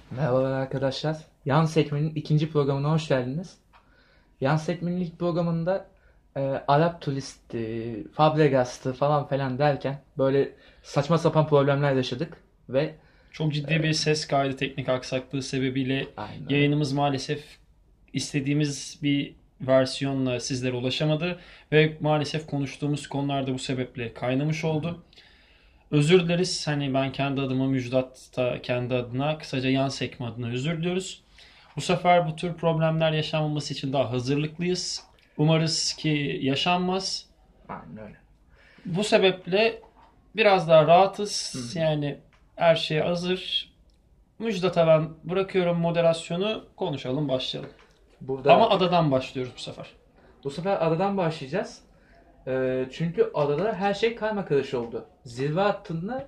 Merhabalar arkadaşlar. Yan Sekme'nin ikinci programına hoş geldiniz. Yan Sekme'nin ilk programında Arap turisti, Fabregas'tı falan filan derken böyle saçma sapan problemler yaşadık ve Çok ciddi bir ses kaydı teknik aksaklığı sebebiyle aynen öyle. yayınımız maalesef istediğimiz bir versiyonla sizlere ulaşamadı ve maalesef konuştuğumuz konular da bu sebeple kaynamış oldu. Özür dileriz. Hani ben kendi adıma, Müjdat da kendi adına, kısaca yan sekme adına özür diliyoruz. Bu sefer bu tür problemler yaşanmaması için daha hazırlıklıyız. Umarız ki yaşanmaz. Aynen öyle. Bu sebeple biraz daha rahatız. Hı hı. Yani her şey hazır. Müjdat'a ben bırakıyorum moderasyonu. Konuşalım, başlayalım. Ama Burada adadan başlıyoruz bu sefer. bu sefer adadan başlayacağız. Çünkü adada her şey karmakarış oldu. Zirve hattında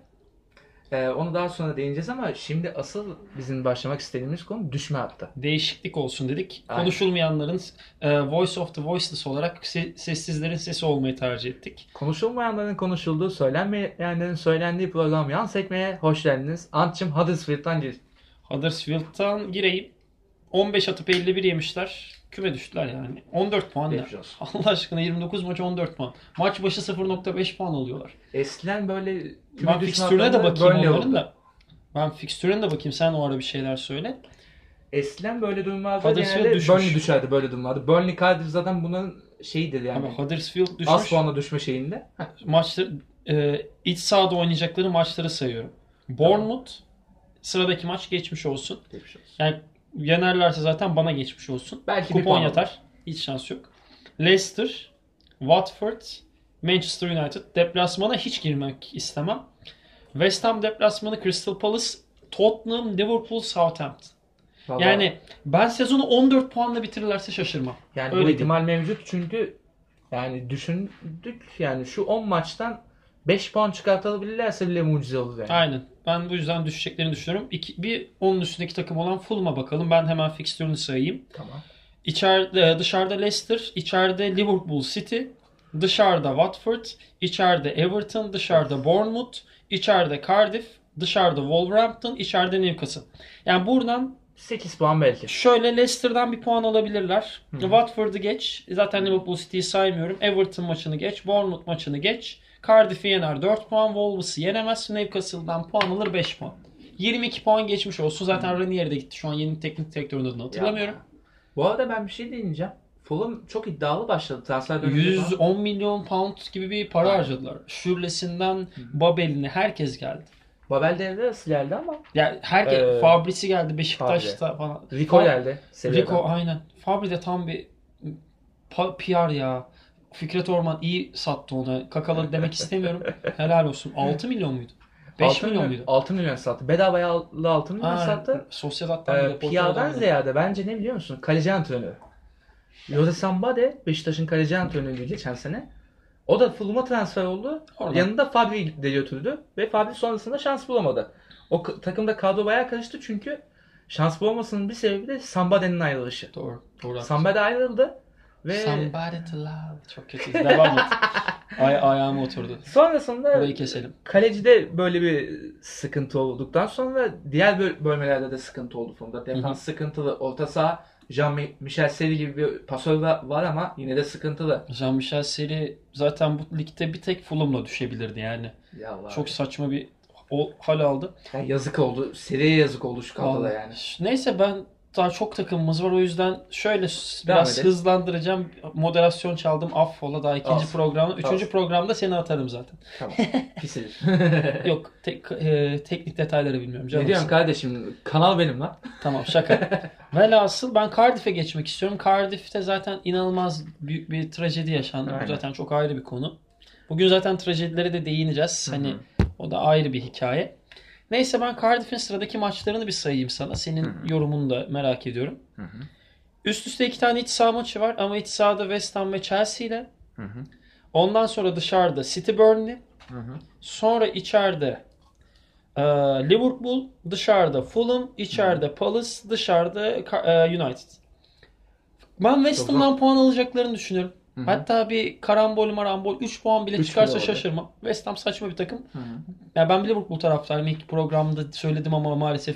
onu daha sonra değineceğiz ama şimdi asıl bizim başlamak istediğimiz konu düşme hattı. Değişiklik olsun dedik. Aynen. Konuşulmayanların Voice of the Voiceless olarak sessizlerin sesi olmayı tercih ettik. Konuşulmayanların konuşulduğu, söylenmeyenlerin söylendiği program Yan Sekme'ye hoş geldiniz. Antçım Huddersfield'dan gir. Huddersfield'dan gireyim. 15 atıp 51 yemişler. Küme düştüler yani. 14 puan ne? Geçmiş olsun. Allah aşkına 29 maç 14 puan. Maç başı 0.5 puan alıyorlar. Eskiden böyle Ben düşme fikstürüne de hatlarında bakayım Burnley onların oldu. da. Ben fikstürüne de bakayım. Sen o ara bir şeyler söyle. Eskiden böyle durumlarda Huddersfield genelde düşmüş. Burnley düşerdi böyle durumlarda. Burnley Cardiff zaten bunun şeyidir Abi yani. Huddersfield Az düşmüş. puanla düşme şeyinde. Maçları, iç sahada oynayacakları maçları sayıyorum. Bournemouth sıradaki maç geçmiş olsun. Geçmiş olsun. Yani yenerlerse zaten bana geçmiş olsun. Belki bir Kupon puan yatar. Hiç şans yok. Leicester, Watford, Manchester United. Deplasmana hiç girmek istemem. West Ham deplasmanı Crystal Palace, Tottenham, Liverpool, Southampton. Vallahi, Yani ben sezonu 14 puanla bitirirlerse şaşırmam. yani Öyle bu değil. ihtimal mevcut çünkü yani düşündük yani şu 10 maçtan 5 puan çıkartabilirlerse bile mucize olur yani. Aynen. Ben bu yüzden düşeceklerini düşünüyorum. Bir onun üstündeki takım olan Fulham'a bakalım. Ben hemen fikstürünü sayayım. Tamam. Dışarıda Leicester, içeride Liverpool City, dışarıda Watford, içeride Everton, dışarıda Bournemouth, içeride Cardiff, dışarıda Wolverhampton, içeride Newcastle. Yani buradan 8 puan belki. şöyle Leicester'dan bir puan alabilirler. Hı. Watford'u geç. Zaten Liverpool City'yi saymıyorum. Everton maçını geç. Bournemouth maçını geç. Cardiff'i yener 4 puan. Wolves'ı yenemez. Newcastle'dan puan alır 5 puan. 22 puan geçmiş olsun. Zaten Ranieri de gitti. Şu an yeni teknik direktörün adını hatırlamıyorum. Ya. Bu arada ben bir şey değineceğim. Fulham çok iddialı başladı transfer döneminde falan. 110 milyon pound gibi bir para Aynen. harcadılar. Şürlesinden Babel'ine herkes geldi. Babel devre arası geldi ama Yani herkes Fabrici geldi Beşiktaş'ta falan. Rico geldi. Rico aynen. Fabri de tam bir PR ya. Fikret Orman iyi sattı onu. Kakaladı demek istemiyorum. Helal olsun. 6 milyon muydu? 5 milyon muydu? 6 milyon sattı. Bedavaya 6 milyon sattı. Sociedad'dan bir deportu PR'dan alamadı. ziyade bence ne biliyor musun? Kaleci antrenörü. Jose Sambade Beşiktaş'ın kaleci antrenörüydü geçen sene. O da Fulham'a transfer oldu. Oradan. Yanında Fabri'yi de götürdü. Ve Fabri sonrasında şans bulamadı. Takımda kadro bayağı karıştı çünkü şans bulamamasının bir sebebi de Sambade'nin ayrılışı. Doğru. Doğru. Sambade ayrıldı. Ve Somebody to love. Çok kötü. Devam et. Ayağıma oturdu. sonrasında Burayı keselim. kalecide böyle bir sıkıntı olduktan sonra diğer bölmelerde de sıkıntı oldu Fulham'da. Defans sıkıntılı. Orta saha Jean-Michel Seri gibi bir pasör var ama yine de sıkıntılı. Jean-Michel Seri zaten bu ligde bir tek Fulham'la düşebilirdi yani. Ya Allah. Çok saçma bir hal aldı. Yani yazık oldu. Seriye yazık oldu şu kadroda Vallahi. yani. Neyse ben daha çok takımımız var o yüzden şöyle biraz edelim. hızlandıracağım. Moderasyon çaldım affola daha ikinci Olsun. programda. Üçüncü Olsun. programda seni atarım zaten. Tamam. Pis herif. Yok teknik detayları bilmiyorum. Ne Canım diyorum kardeşim? Kanal benim lan. Tamam şaka. Velhasıl ben Cardiff'e geçmek istiyorum. Cardiff'te zaten inanılmaz büyük bir trajedi yaşandı. Aynen. Bu zaten çok ayrı bir konu. Bugün zaten trajedilere de değineceğiz. Hani o da ayrı bir hikaye. Neyse ben Cardiff'in sıradaki maçlarını bir sayayım sana. Senin yorumunu da merak ediyorum. Üst üste 2 tane iç saha maçı var ama iç sahada West Ham ve Chelsea ile. Ondan sonra dışarıda City Burnley. Sonra içeride Liverpool, dışarıda Fulham, içeride Palace, dışarıda United. Ben West Ham'dan puan alacaklarını düşünüyorum. Hatta bir karambol 3 puan bile 3 çıkarsa bile olur. şaşırmam. West Ham saçma bir takım. Yani ben Liverpool taraftarıyım. İlk programda söyledim ama maalesef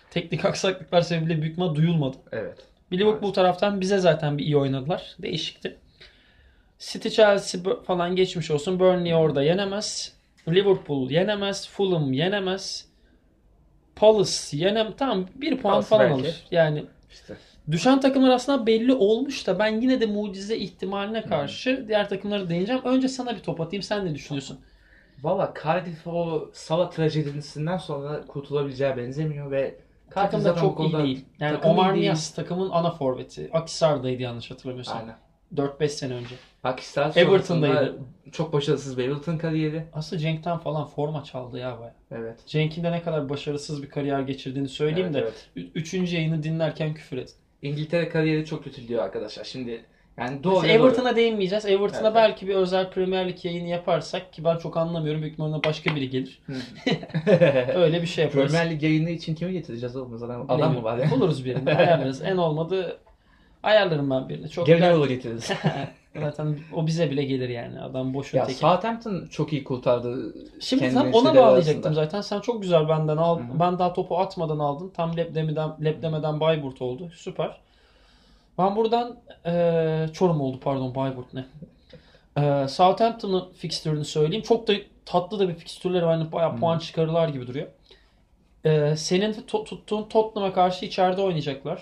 teknik aksaklıklar sebebiyle büyük ihtimal duyulmadı. Evet. Bir Liverpool taraftan bize zaten bir iyi oynadılar. Değişikti. City, Chelsea falan geçmiş olsun. Burnley orada yenemez. Liverpool yenemez. Fulham yenemez. Palace Tamam, bir puan Palace falan belki. alır. Yani İşte. düşen takımlar aslında belli olmuş da ben yine de mucize ihtimaline karşı diğer takımları değineceğim. Önce sana bir top atayım. Sen ne düşünüyorsun? Valla Cardiff o Salah trajedisinden sonra kurtulabileceği benzemiyor ve Takım Cardiff da zaten bu çok iyi konuda değil. Yani takım iyi Omar değil. Nias takımın ana forveti. Akhisar'daydı yanlış hatırlamıyorsam. Aynen. 4-5 sene önce. Akhisar Everton'daydı. sonrasında çok başarısız bir Everton kariyeri. Aslında Cenk'ten falan forma çaldı ya baya. Evet. Cenk'in de ne kadar başarısız bir kariyer geçirdiğini söyleyeyim Evet, de 3. yayını dinlerken küfür et. İngiltere kariyeri çok kötü diyor arkadaşlar. Şimdi yani doğru. Mesela Everton'a değinmeyeceğiz. Everton'a Evet. belki bir özel Premier Lig yayını yaparsak ki ben çok anlamıyorum. Büyük ihtimalle başka biri gelir. Öyle bir şey yaparız. Premier Lig yayını için kimi getireceğiz oğlum? Zaten adam mı var ya? Buluruz birini. Ayarlarız. En olmadı ayarlarım ben birini. Çok Gary güzel. Neville'ı getiririz. Zaten o bize bile gelir yani. Adam boşuna Ya teki. Southampton çok iyi kurtardı. Şimdi kendini tam ona şeyler bağlayacaktım arasında. zaten. Sen çok güzel benden aldın. Hı hı. Ben daha topu atmadan aldın. Tam leplemeden Bayburt oldu. Süper. Ben buradan Çorum oldu pardon, Bayburt ne? Southampton'ın fikstürünü söyleyeyim. Çok da tatlı da bir fikstürleri var. Yani bayağı puan çıkarırlar gibi duruyor. Senin tuttuğun Tottenham'a karşı içeride oynayacaklar.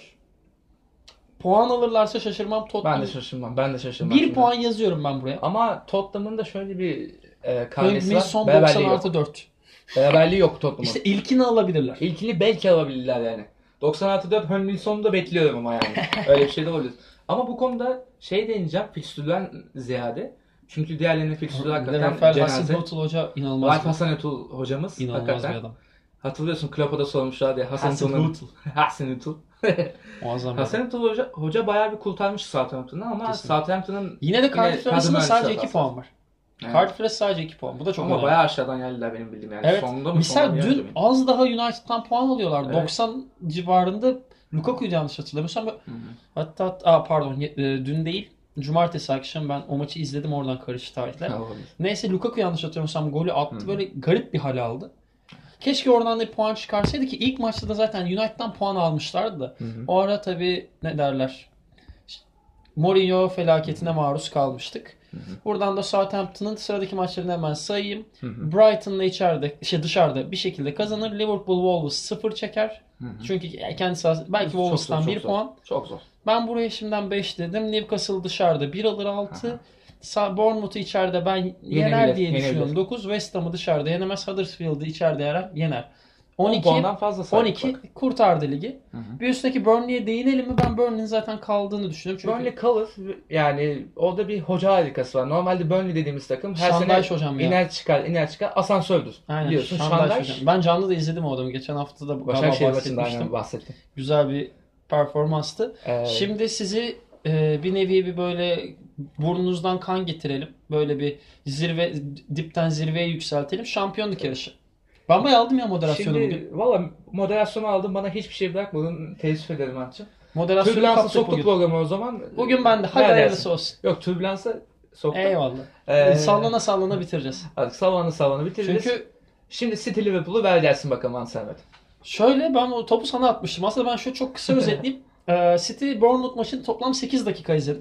Puan alırlarsa şaşırmam. Tottenham. Ben de şaşırmam. 1 şimdi. puan yazıyorum ben buraya. Ama Tottenham'ın da şöyle bir karnesi var. Son Beraberliği 90 yok. 4. Beraberliği yok Tottenham'ın. İşte ilkini alabilirler. İlkini belki alabilirler yani. 96-4 Hönlü'nün sonunda bekliyorum ama yani. Öyle bir şey de olabilir. Ama bu konuda şey deneyeceğim fikstürden ziyade. Çünkü diğerlerinin fikstürü hakikaten Rafael cenaze. Hasenhuttl Hoca inanılmaz. Ralf Hasenhuttl hocamız İnanılmaz hakikaten. bir adam. Hatırlıyorsun Klopp'a da sormuşlar diye. Hasenhuttl. Hasenhuttl. Muazzam bir adam. Hasenhuttl hoca bayağı bir kurtarmış Southampton'ı ama Kesinlikle. Southampton'ın Yine de Cardiff arasında sadece 2 hatası. puan var. Evet. Cardiff arası sadece 2 puan. Bu da çok Ama önemli. bayağı aşağıdan geldiler benim bildiğim yani. Evet. Sonunda mı? Misal Sonunda mı dün geldi mi? az daha United'dan puan alıyorlar. Evet. 90 civarında Lukaku'yu yanlış hatırlamıyorsam. Hatta dün değil. Cumartesi akşam ben o maçı izledim, oradan karıştı tarihler. Neyse Lukaku yanlış hatırlamıyorsam golü attı. Böyle garip bir hal aldı. Keşke oradan da bir puan çıkarsaydı ki ilk maçta da zaten United'dan puan almışlardı da. O ara tabii ne derler? Mourinho felaketine maruz kalmıştık. Buradan da Southampton'ın sıradaki maçlarını hemen sayayım. Brighton'la dışarıda bir şekilde kazanır. Liverpool Wolves 0 çeker. Çünkü kendisi belki Wolves'tan 1 puan. Çok zor. Ben buraya şimdiden 5 dedim. Newcastle dışarıda 1 alır 6. Bournemouth'u içeride ben yener diye düşünüyorum. 9. West Ham'ı dışarıda yenemez. Huddersfield'ı içeride yener. 12 fazla 12 kurtardı ligi. Bir üstteki Burnley'e değinelim mi? Ben Burnley'in zaten kaldığını düşünüyorum. Çünkü Burnley kalır. Yani orada bir hoca harikası var. Normalde Burnley dediğimiz takım her Şandaş sene hocam ya. iner çıkar asansördür. Aynen, Biliyorsun Şandaş Şandaş. hocam. Ben canlı da izledim o adamı. Geçen hafta da galiba Başakşehir maçında bahsetmiştim. aynen bahsettim. Güzel bir performanstı. Şimdi sizi bir nevi bir böyle burnunuzdan kan getirelim. Böyle bir dipten zirveye yükseltelim. Şampiyonluk yarışı. Ben bayağı aldım ya moderasyonu Şimdi bugün. valla moderasyonu aldım, bana hiçbir şey bırakmadın. Teessüf ederim Artçı. Moderasyonu Türbülansa kaptık soktuk bugün. programı o zaman. Bugün ben de hadi Ne hayırlısı dersin? olsun. Yok, türbülansa soktuk. Eyvallah. Sallana bitireceğiz. Artık sallana bitiririz. Çünkü Şimdi City Liverpool'u ver gelsin bakalım Anselmet. şöyle, ben o topu sana atmıştım. Aslında ben şöyle çok kısa özetleyeyim. City Bournemouth maçını toplam 8 dakika izledim.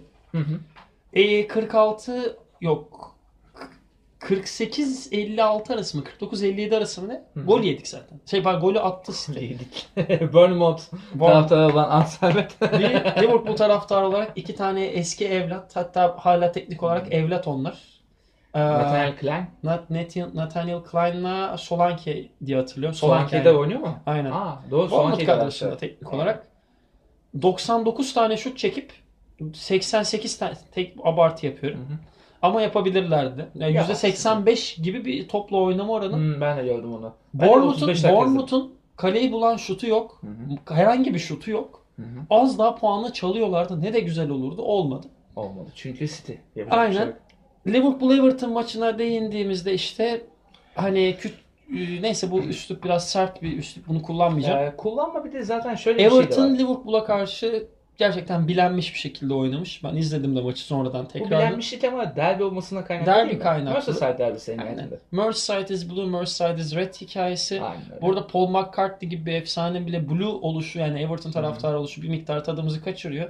48-56 arası mı? 49-57 arası mı ne? Gol yedik zaten. Golü attı City. Yedik. Bournemouth taraftarı olan Anselmet. Bir Liverpool taraftarı olarak 2 tane eski evlat, hatta hala teknik olarak evlat onlar. Nathaniel Klein. Nathaniel Klein'la Solanke diye hatırlıyorum. Solanke'de oynuyor mu? Aynen. Doğru, Bournemouth Solanke'de kadrosunda var. teknik olarak 99 tane şut çekip 88 tane, tek abartı yapıyorum. Ama yapabilirlerdi. Yani %85 gibi bir topla oynama oranı. Ben de gördüm onu. Bournemouth'un kaleyi bulan şutu yok. Herhangi bir şutu yok. Az daha puanı çalıyorlardı. Ne de güzel olurdu. Olmadı. Olmadı. Çünkü City. Aynen. Liverpool-Everton maçına değindiğimizde işte hani neyse, bu üslup biraz sert bir üslup. Bunu kullanmayacağım. Kullanma, bir de zaten şöyle bir şey de Everton var. Liverpool'a karşı gerçekten bilenmiş bir şekilde oynamış. Ben izledim de maçı sonradan Bu tekrar. bilenmişlik ama derbi olmasına kaynaklı Derbi değil mi? kaynaklı. Merseyside derbisi Aynen. nihayetinde. Merseyside is blue, Merseyside is red hikayesi. Aynen öyle. Burada Paul McCartney gibi bir efsane bile blue oluşu, yani Everton taraftarı oluşu bir miktar tadımızı kaçırıyor.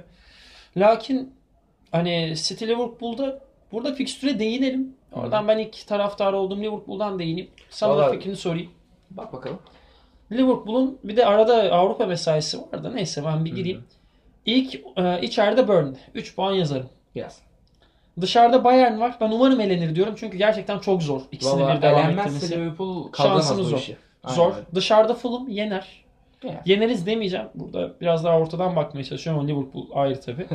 Lakin hani City Liverpool'da burada fikstüre değinelim. Oradan ben ilk taraftar olduğum Liverpool'dan değineyim. Sana da Vallahi- fikrini sorayım. Bak bakalım. Liverpool'un bir de arada Avrupa mesaisi var da neyse ben bir gireyim. İlk içeride Burnley. 3 puan yazarım. Yaz. Dışarıda Bayern var. Ben umarım elenir diyorum. Çünkü gerçekten çok zor. İkisini Valla bir devam elenmezse ettirmesi. Liverpool kaldıramaz Şansımız bu zor. işi. Aynen Zor. öyle. Dışarıda Fulham yener. Yani. Yeneriz demeyeceğim. Burada biraz daha ortadan bakmaya çalışıyorum ama Liverpool ayrı tabii.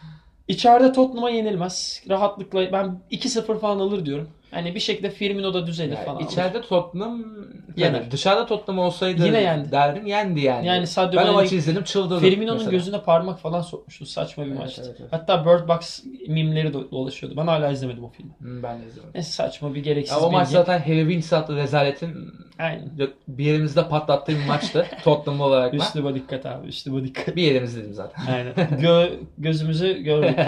İçeride Tottenham'a yenilmez. Rahatlıkla ben 2-0 falan alır diyorum. Hani bir şekilde Firmino da düzelir Yani falan. içeride Tottenham Yener. tabii dışarıda Tottenham olsaydı Yine yendi. derdim yendi yani. Yani Sadio ben o Mane'nin- maçı izledim çıldırdım. Firmino'nun mesela. gözüne parmak falan sokmuştu. Saçma bir Evet, maçtı. evet. Hatta Bird Box mimleri dolaşıyordu. Ben hala izlemedim o filmi. Ben de izledim. Neyse saçma bir gereksiz Ya o maç bilgi. zaten Harry Winks adlı rezaletin Aynen. bir yerimizde patlattığı bir maçtı. Tottenham olarak ben. Üstüme dikkat abi. Üstüme dikkat. Bir yerimizde dedim zaten. Aynen. Gözümüzü gördük.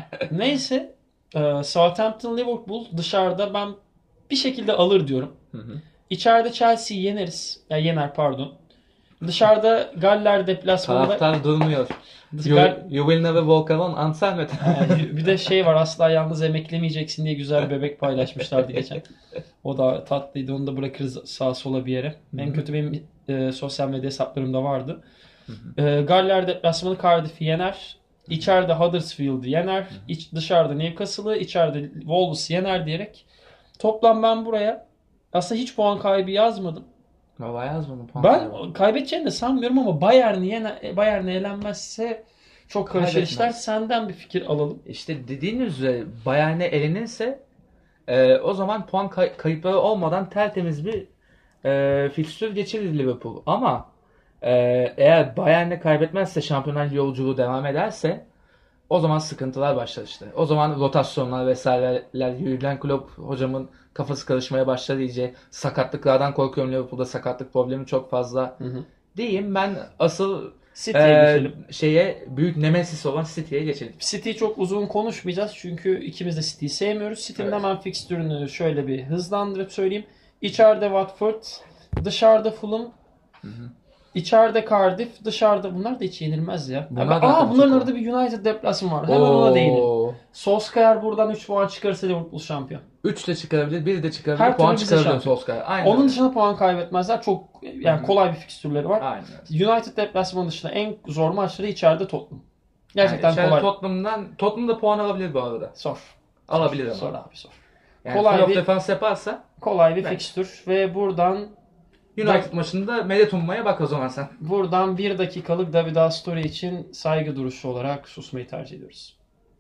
Neyse. Southampton Liverpool dışarıda ben bir şekilde alır diyorum. İçeride Chelsea'yi yeneriz. Ya yener pardon. Dışarıda Galler deplasmanında Taraftar durmuyor. You will never walk alone Anselmet. bir de şey var, asla yalnız emeklemeyeceksin diye güzel bir bebek paylaşmışlardı geçen. O da tatlıydı. Onu da bırakırız sağa sola bir yere. En kötü benim sosyal medya hesaplarımda vardı. Galler deplasmanı Cardiff'i yener. İçeride Huddersfield'ı yener. Dışarıda Newcastle'ı, içeride Wolves'ı yener diyerek toplam ben buraya aslında hiç puan kaybı yazmadım. Valla yazmadım. Ben kaybedeceğini de sanmıyorum ama Bayern'e elenmezse çok karışır Kaybetmez. işler. Senden bir fikir alalım. İşte dediğiniz üzere Bayern'e elenirse o zaman puan kayıpları olmadan tertemiz bir fikstür geçirir Liverpool. Ama eğer Bayern'e kaybetmezse Şampiyonlar Ligi yolculuğu devam ederse o zaman sıkıntılar başlar işte. O zaman rotasyonlar vesaireler Jürgen Klopp hocamın kafası karışmaya başlar iyice. Sakatlıklardan korkuyorum. Liverpool'da sakatlık problemi çok fazla. Diyeyim ben asıl City'ye geçelim. büyük nemesis olan City'ye geçelim. City'yi çok uzun konuşmayacağız çünkü ikimiz de City'yi sevmiyoruz. City'nin Evet. hemen fikstürünü şöyle bir hızlandırıp söyleyeyim. İçeride Watford, dışarıda Fulham, içeride Cardiff, dışarıda bunlar da hiç yenilmez ya. Bunlar Bunların çok arada bir United deplasmanı var. Hemen ona değinelim. Oo. Solskjaer buradan 3 puan çıkarırsa Liverpool şampiyon. 3 de çıkarabilir, 1 de çıkarabilir. Her Puan türlü bize çıkarabilir şampiyon. Solskjaer. Aynen. Onun dışında puan kaybetmezler. Çok yani kolay bir fikstürleri var. Aynen. United deplasmanı dışında en zor maçları içeride Tottenham. Gerçekten Yani kolay. Tottenham da puan alabilir bu arada. Zor. Alabilir ama. Zor abi zor. Yani kolay full of bir- defense yaparsa Kolay bir Evet. fikstür ve buradan United maçında medet ummaya bak o zaman sen. 1 dakikalık David Astori için saygı duruşu olarak susmayı tercih ediyoruz.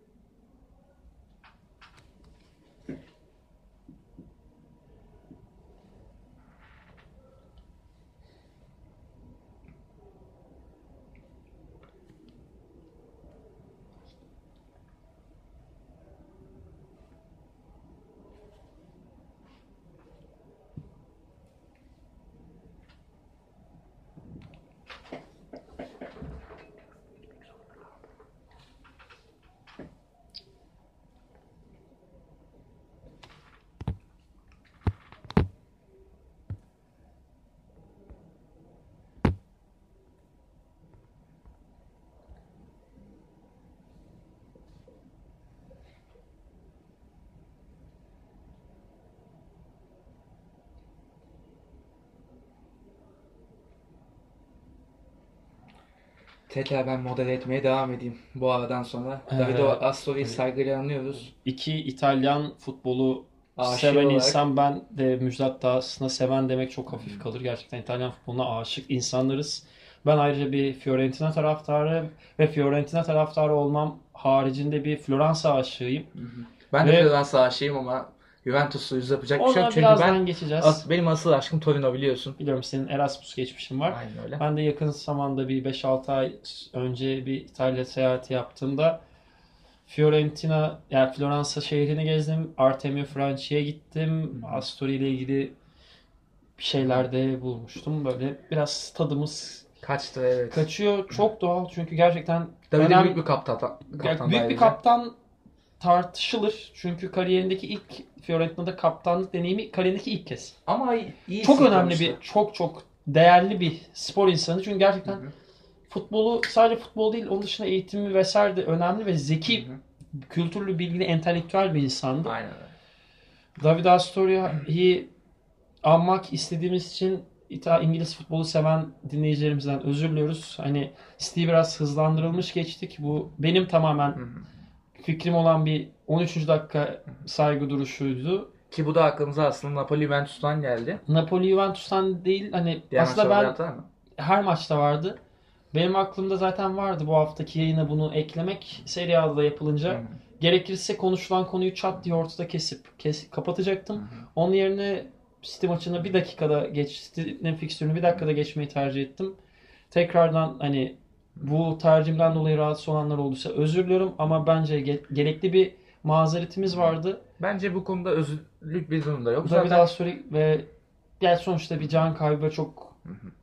Tekrar ben modere etmeye devam edeyim bu aradan sonra. David Astori'yi saygıyla anıyoruz. İki İtalyan futbolu Aşığı seven olarak. insan, ben de Müjdat da aslında seven demek çok hafif kalır. Gerçekten İtalyan futboluna aşık insanlarız. Ben ayrıca bir Fiorentina taraftarı ve Fiorentina taraftarı olmam haricinde bir Floransa aşığıyım. Ben de Ve- Floransa aşığıyım ama Juventus'u yüz yapacak bir şey Ona yok. Çünkü birazdan geçeceğiz. benim asıl aşkım Torino biliyorsun. Biliyorum senin Erasmus geçmişin var. Aynen öyle. Ben de yakın zamanda bir 5-6 ay önce bir İtalya seyahati yaptığımda Fiorentina, yani Floransa şehrini gezdim. Artemio Franchi'ye gittim. Astori ile ilgili bir şeylerde bulmuştum. Böyle biraz tadımız Kaçtı, evet. Kaçıyor. Çok doğal çünkü gerçekten Tabii büyük bir kaptan büyük bir kaptan tartışılır. Çünkü kariyerindeki ilk Fiorentina'da kaptanlık deneyimi kariyerindeki ilk kez. Ama iyi çok önemli sıkılmıştı. çok değerli bir spor insanı. Çünkü gerçekten futbolu sadece futbol değil, onun dışında eğitimi vesaire de önemli ve zeki, kültürlü, bilgili, entelektüel bir insandı. Aynen öyle. David Astoria'yı anmak istediğimiz için İngiliz futbolu seven dinleyicilerimizden özür diliyoruz. Hani City'yi biraz hızlandırılmış geçtik. Bu benim tamamen fikrim olan bir 13. dakika saygı duruşuydu. Ki bu da aklımıza aslında Napoli Juventus'tan geldi. Napoli Juventus'tan değil, hani Diğer aslında ben mı? her maçta vardı. Benim aklımda zaten vardı bu haftaki yayına bunu eklemek. Serie A'da yapılınca gerekirse konuşulan konuyu çat diye ortada kesip kapatacaktım. Onun yerine City maçına bir dakikada City'nin fikstürünü bir dakikada geçmeyi tercih ettim. Tekrardan hani bu tercihimden dolayı rahatsız olanlar olduysa özür diliyorum ama bence gerekli bir mazeretimiz vardı. Bence bu konuda özürlük bir durum da yok. David Astori ve yani sonuçta bir can kaybı ve çok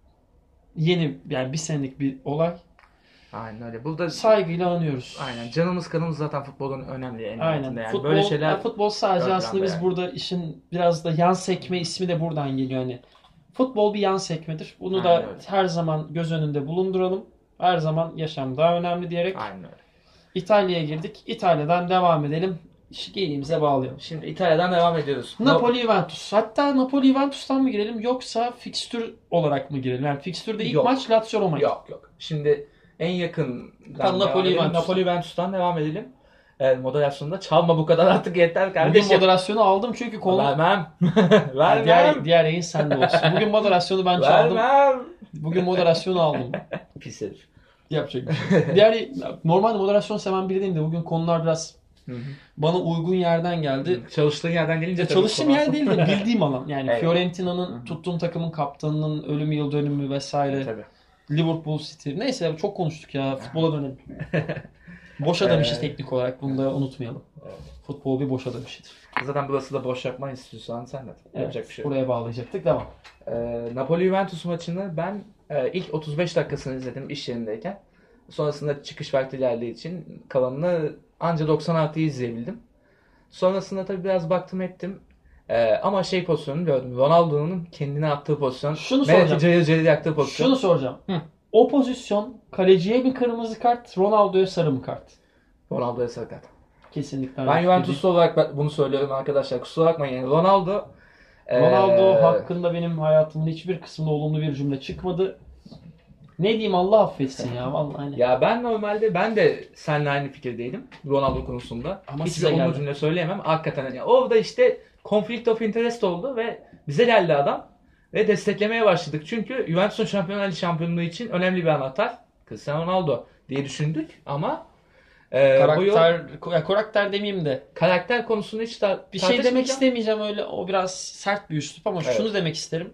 yeni, yani bir senelik bir olay. Aynen öyle. Burada saygıyla anıyoruz. Aynen. Canımız kanımız zaten futbolun önemli en Aynen. yani. Futbol, böyle şeyler futbol sadece aslında biz yani. burada işin biraz da yan sekme ismi de buradan geliyor. Yani futbol bir yan sekmedir. Bunu da Aynen öyle. her zaman göz önünde bulunduralım. Her zaman yaşam daha önemli diyerek Aynen öyle. İtalya'ya girdik. İtalya'dan devam edelim. Geyiğimize bağlayalım. Şimdi İtalya'dan devam ediyoruz. Napoli Juventus. Hatta Napoli Juventus'tan mı girelim yoksa fikstür olarak mı girelim? Yani fikstürde ilk maç Lazio Roma. Yok. Şimdi en yakın Napoli Juventus'tan devam edelim. Moderasyonda çalma bu kadar artık yeter kardeşim. Bugün moderasyonu aldım çünkü konu... Vermem. Vermem. Diğer yayın sende olsun. Bugün moderasyonu ben çaldım. Vermem. Bugün moderasyonu aldım. Pis herif. Yapacak bir şey. Normalde moderasyon seven biri değilim de bugün konular biraz bana uygun yerden geldi. Çalıştığın yerden gelince çalıştığım yer değil de bildiğim alan. Yani evet. Fiorentina'nın tuttuğum takımın kaptanının ölüm yıl dönümü vesaire. Tabii. Liverpool City. Neyse çok konuştuk ya. Futbola dönelim. Boş adamışız teknik olarak. Bunu da unutmayalım. Evet. Futbol bir boş adamışıdır. Zaten burası da boş yapma istiyorsan sen de. Evet, yapacak bir şey yok. buraya bağlayacaktık. Devam. Napoli-Juventus maçını ben ilk 35 dakikasını izledim iş yerindeyken. Sonrasında çıkış vakti geldiği için kalanını anca 96'yı izleyebildim. Sonrasında tabii biraz baktım ettim. Ama pozisyonunu gördüm. Ronaldo'nun kendine attığı pozisyon. Şunu soracağım. Cayır yaktığı pozisyon. Şunu soracağım. O pozisyon kaleciye mi kırmızı kart, Ronaldo'ya sarı mı kart? Ronaldo'ya sarı kart. Kesinlikle. Ben Juventuslu olarak bunu söylüyorum arkadaşlar. Kusura bakmayın. Yani Ronaldo hakkında benim hayatımın hiçbir kısmında olumlu bir cümle çıkmadı. Ne diyeyim, Allah affetsin ya vallahi. Ya ben de seninle aynı fikirdeydim Ronaldo konusunda. Ama hiçbir olumlu cümle söyleyemem. Hakikaten yani orada işte conflict of interest oldu ve bize geldi adam ve desteklemeye başladık. Çünkü Juventus'un Şampiyonlar Ligi şampiyonluğu için önemli bir anahtar Cristiano Ronaldo diye düşündük ama karakter demeyeyim de karakter konusunu hiç bir şey demek istemeyeceğim, öyle o biraz sert bir üslup ama şunu demek isterim.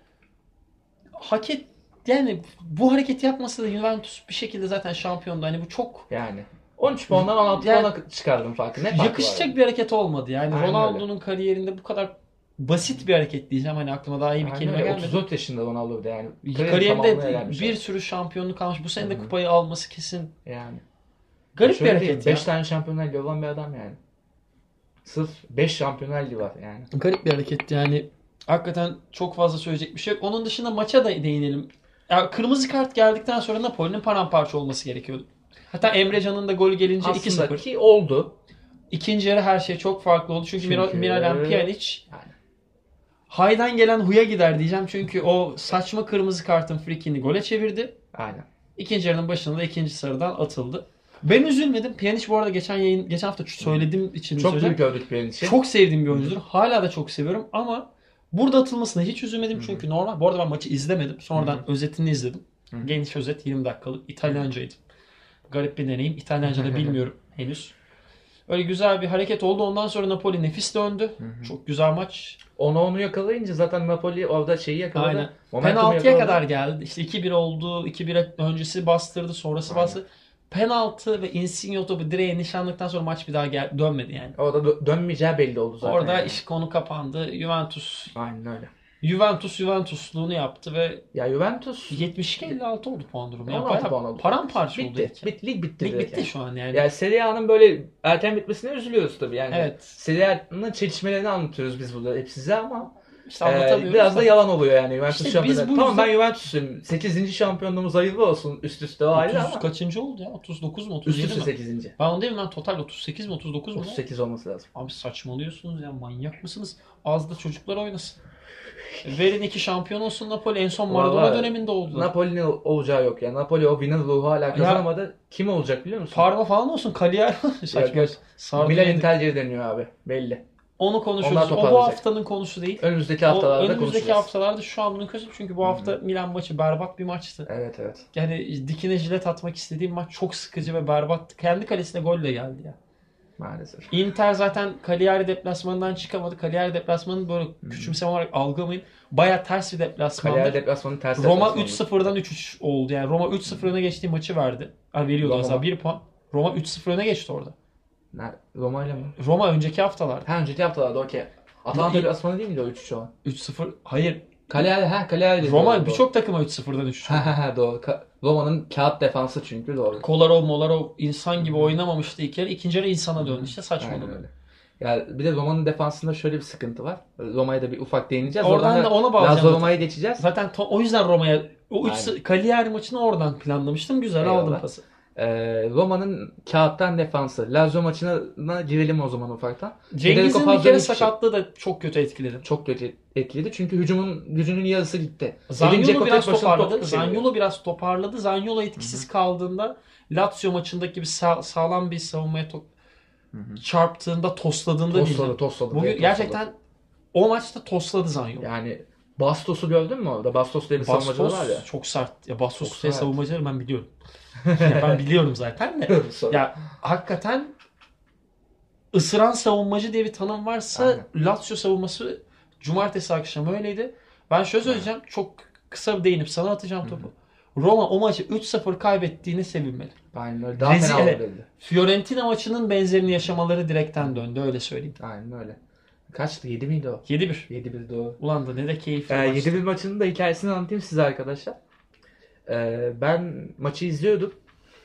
Yani bu hareketi yapmasa da Juventus bir şekilde zaten şampiyondu. Hani bu çok... Yani 13 puandan 16 puana çıkardım farkı. Ne yakışacak bir hareket olmadı. Yani aynen Ronaldo'nun kariyerinde bu kadar basit bir hareket diyeceğim. Hani aklıma daha iyi bir kelime gelmedi. 34 yaşında Ronaldo da yani. Kariyerinde bir sürü şampiyonluk almış. Bu sene de kupayı alması kesin. Yani. Garip bir hareket ya. 5 tane Şampiyonlar Ligi olan bir adam yani. Sırf 5 Şampiyonlar Ligi var yani. Garip bir hareket yani. Hakikaten çok fazla söyleyecek bir şey yok. Onun dışında maça da değinelim. Ya, kırmızı kart geldikten sonra Napoli'nin paramparça olması gerekiyordu. Hatta Emre Can'ın da golü gelince 2-0. Aslında ki oldu. İkinci yarı her şey çok farklı oldu. Çünkü Miralem Pjanic haydan gelen huya gider diyeceğim. Çünkü o saçma kırmızı kartın frikini gole çevirdi. Aynen. İkinci yarının başında da ikinci sarıdan atıldı. Ben üzülmedim. Pjanic bu arada geçen hafta söylediğim için çok büyük övdük Pjanic'i. Çok sevdiğim bir oyuncudur. Hala da çok seviyorum ama burada atılmasına hiç üzülmedim. Çünkü normal. Bu arada ben maçı izlemedim. Sonradan özetini izledim. Geniş özet 20 dakikalık. İtalyancaydı. Garip bir deneyim. İtalyanca da bilmiyorum henüz. Öyle güzel bir hareket oldu. Ondan sonra Napoli nefis döndü. Çok güzel maç. Onu yakalayınca zaten Napoli orada şeyi yakaladı. Aynen. Penaltıya kadar geldi. İşte 2-1 oldu. 2-1 öncesi bastırdı. Sonrası bastırdı. Penaltı ve Insigne topu direğe nişanlıktan sonra maç bir daha dönmedi yani. Orada dönmeyeceği belli oldu zaten. Orada yani. iş konu kapandı. Juventus aynen öyle. Juventusluğunu yaptı ve Ya Juventus 72-56 oldu puan durumu. 16 puan oldu. Paramparça oldu. Lig bitti. Lig direkt bitti yani. şu an yani. Yani Serie A'nın böyle erken bitmesine üzülüyoruz tabii yani. Evet. Serie A'nın çelişmelerini anlatıyoruz biz burada hep size ama İşte anlatamıyoruz biraz da da. yalan oluyor yani Juventus İşte şampiyonu. biz bu Tamam yüzden- ben Juventus'um. 8. şampiyonluğumuz hayırlı olsun üst üste o ayrı 30 ama. kaçıncı oldu ya? 39 mu? Üst 37 üste mi? 8. Ben onu değil mi? Ben total 38 mi? 39 mu? 38 olması lazım. Abi saçmalıyorsunuz ya. Manyak mısınız? Az da çocuklar oynasın. Verin 2 şampiyon olsun Napoli. En son Maradona Vallahi döneminde oldu. Napoli'nin olacağı yok ya. Napoli o winner ruhu hala kazanamadı. Kim olacak biliyor musun? Parma falan olsun. Cagliari. Saçma. Yok. Sardı Milan yedi. Inter'e deniyor abi. Belli. Onu Onlar konuşuruz. O bu toparlayacak. haftanın konusu değil. Önümüzdeki O haftalarda önümüzdeki konuşacağız. haftalarda şu an bunun konusu. Çünkü bu hafta Milan maçı berbat bir maçtı. Evet. Yani dikine jilet atmak istediğim maç çok sıkıcı ve berbattı. Kendi kalesine golle geldi ya. Maalesef. Inter zaten Cagliari deplasmanından çıkamadı. Cagliari deplasmanını böyle küçümseme olarak algılamayın. Baya ters bir deplasmandı. Cagliari deplasmanın ters Roma deplasmanı. 3-0'dan 3-3 oldu. Yani Roma 3-0 öne geçtiği maçı verdi. Yani veriyordu Roma. aslında 1 puan. Roma 3-0 öne geçti orada. Roma ile mi? Roma önceki haftalarda. Ha önceki haftalarda okey. Atalanta İlk- deplasmanı değil miydi o 3-3 olan? 3-0 hayır. Cagliari. Roma birçok takıma 3-0'dan 3-3 oldu. Ha doğru. Roma'nın kağıt defansı çünkü doğru. Kolarov insan gibi oynamamıştı ilk yarı. İkinci yarı insana döndü. İşte Aynen saçmalık. öyle. Yani bir de Roma'nın defansında şöyle bir sıkıntı var. Roma'ya da bir ufak değineceğiz. Oradan da ona bağlayacağım Lazio zaten. Roma'ya geçeceğiz. Zaten o yüzden Roma'ya o Aynen. Cagliari maçını oradan planlamıştım. Güzel Eyvallah. aldım pası. Roma'nın kağıttan defansı. Lazio maçına girelim o zaman ufaktan. Cengiz'in Federico bir kere Pazzovic sakatlığı da çok kötü etkiledi. çok kötü etkiledi. Çünkü hücumun gücünün yarısı gitti. Edin Zaniolo Dzeko biraz tek başına toparladı. top çeviriyor. Zaniolo biraz toparladı. Zaniolo etkisiz kaldığında Lazio maçındaki gibi sağlam bir savunmaya çarptığında, tosladığında Tosladı. Bugün direkt gerçekten o maçta tosladı Zaniolo. Yani Bastos'u gördün mü orada? Bastos diye bir savunmacı var ya. Bastos çok sert. Ya Bastos Çok diye sert. savunmacıları ben biliyorum. Ya ben biliyorum zaten de. Sonra. Ya hakikaten ısıran savunmacı diye bir tanım varsa Aynen. Lazio savunması cumartesi akşamı öyleydi. Ben şöyle söyleyeceğim. Çok kısa değinip sana atacağım topu. Roma o maçı 3-0 kaybettiğini sevinmeli. Aynen öyle. Daha fena Rezil. olabilirdi. Fiorentina maçının benzerini yaşamaları direkten döndü. Öyle söyleyeyim. Aynen öyle. Kaçtı? 7 miydi o? 7-1. 7-1 doğru. Ulan da ne de keyifli maçtı. 7-1 maçının da hikayesini anlatayım size arkadaşlar. Ben maçı izliyordum.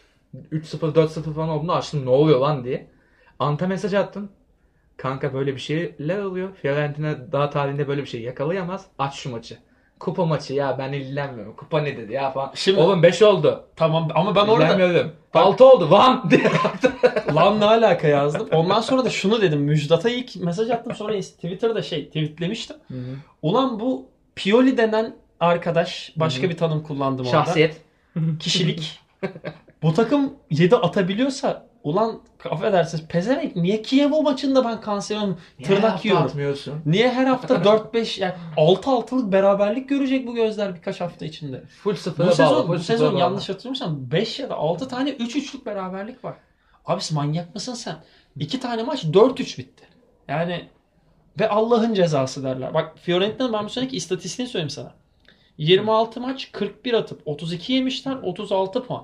3-0 4-0 falan olduğunda açtım ne oluyor lan diye. Ant'a mesaj attım. Kanka böyle bir şeyler oluyor. Fiorentina daha tarihinde böyle bir şey yakalayamaz. Aç şu maçı. Kupa maçı ya ben ilgilenmiyorum. Kupa ne dedi ya falan. Şimdi- Oğlum 5 oldu. Tamam ama ben orada İlgilenmiyorum. 6 oldu. Lan diye yaptım. lan ne alaka yazdım. Ondan sonra da şunu dedim. Müjdat'a ilk mesaj attım. Sonra Twitter'da tweetlemiştim. Ulan bu Pioli denen arkadaş başka bir tanım kullandım orada. Şahsiyet. Kişilik. Bu takım 7 atabiliyorsa ulan affedersiniz pezevenk niye Kiev o maçında ben kanserim tırnak yiyorum. Atmıyorsun. Niye her hafta 4-5 yani 6-6'lık beraberlik görecek bu gözler birkaç hafta içinde. Full sıfıra Bu sezon, full bu sıfıra sezon bağlı. yanlış hatırlamıyorsam 5 ya da 6 tane 3-3'lük beraberlik var. Abisi manyak mısın sen? 2 tane maç 4-3 bitti. Yani ve Allah'ın cezası derler. Bak Fiorentina'nın ben bu seneki istatistiğini söyleyeyim sana. 26 maç 41 atıp 32 yemişler 36 puan.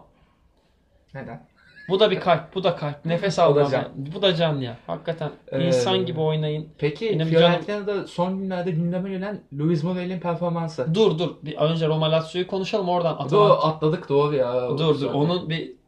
Neden? Bu da bir kalp, bu da kalp. Nefes Bu da alma. can. Bu da can ya. Hakikaten insan gibi oynayın. Peki Benim Fiorentina'da son günlerde gündeme gelen Luis Muriel'in performansı. Dur. Bir önce Roma Lazio'yu konuşalım oradan atalım. Doğru atladık doğru ya. Dur. Onun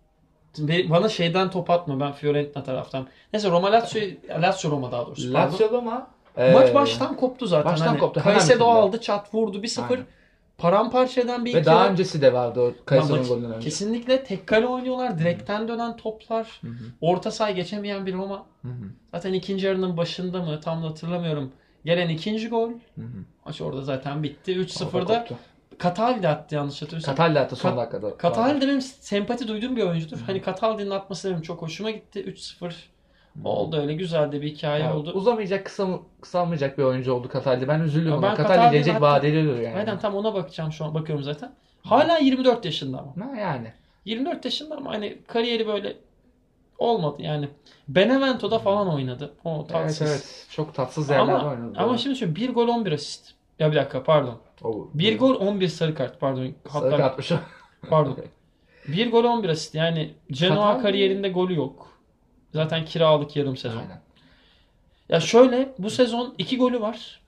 bir bana şeyden top atma. Ben Fiorentina taraftan. Neyse Lazio Roma daha doğrusu. pardon. Lazio Roma Maç baştan koptu zaten. baştan Hani koptu. Hemen Caicedo bitirdiler. aldı, çat vurdu 1-0. Aynen. Paramparça eden bir ve iki daha yarı- öncesi de vardı o Caicedo'nun Maç- golünden önce. Kesinlikle tek kale oynuyorlar. Direkten dönen toplar. Hı hı. Orta saha geçemeyen bir Roma. Hı hı. Zaten ikinci yarının başında mı tam da hatırlamıyorum. Gelen ikinci gol. Hı hı. Maç orada zaten bitti. Orada 3-0'da koptu. Cataldi attı yanlış hatırlıyorsam. Cataldi attı son dakikada. Cataldi de benim sempati duyduğum bir oyuncudur. Hani Cataldi'nin atması benim çok hoşuma gitti. 3-0 oldu öyle güzel de bir hikaye Ya, oldu. uzamayacak, kısalmayacak bir oyuncu oldu Cataldi. Ben üzüldüm Ya ona. ben Cataldi Cataldi'nin gelecek hatta- vadelidir yani. Aynen tam ona bakacağım şu an. Bakıyorum zaten. Hala 24 yaşında ama. Ha, yani. 24 yaşında ama hani kariyeri böyle olmadı yani. Benevento'da falan oynadı. O tatsız. Evet. Çok tatsız yerlerde Ama, oynadı. ama şimdi şu 1 gol 11 asist. Ya bir dakika pardon. 1 gol 11 sarı kart pardon. Sarı Hatta kartmış o. pardon. 1 gol 11 asist yani Genoa Cataldi- kariyerinde golü yok. Zaten kiralık yarım sezon. Aynen. Ya şöyle bu sezon 2 golü var. Hı hı.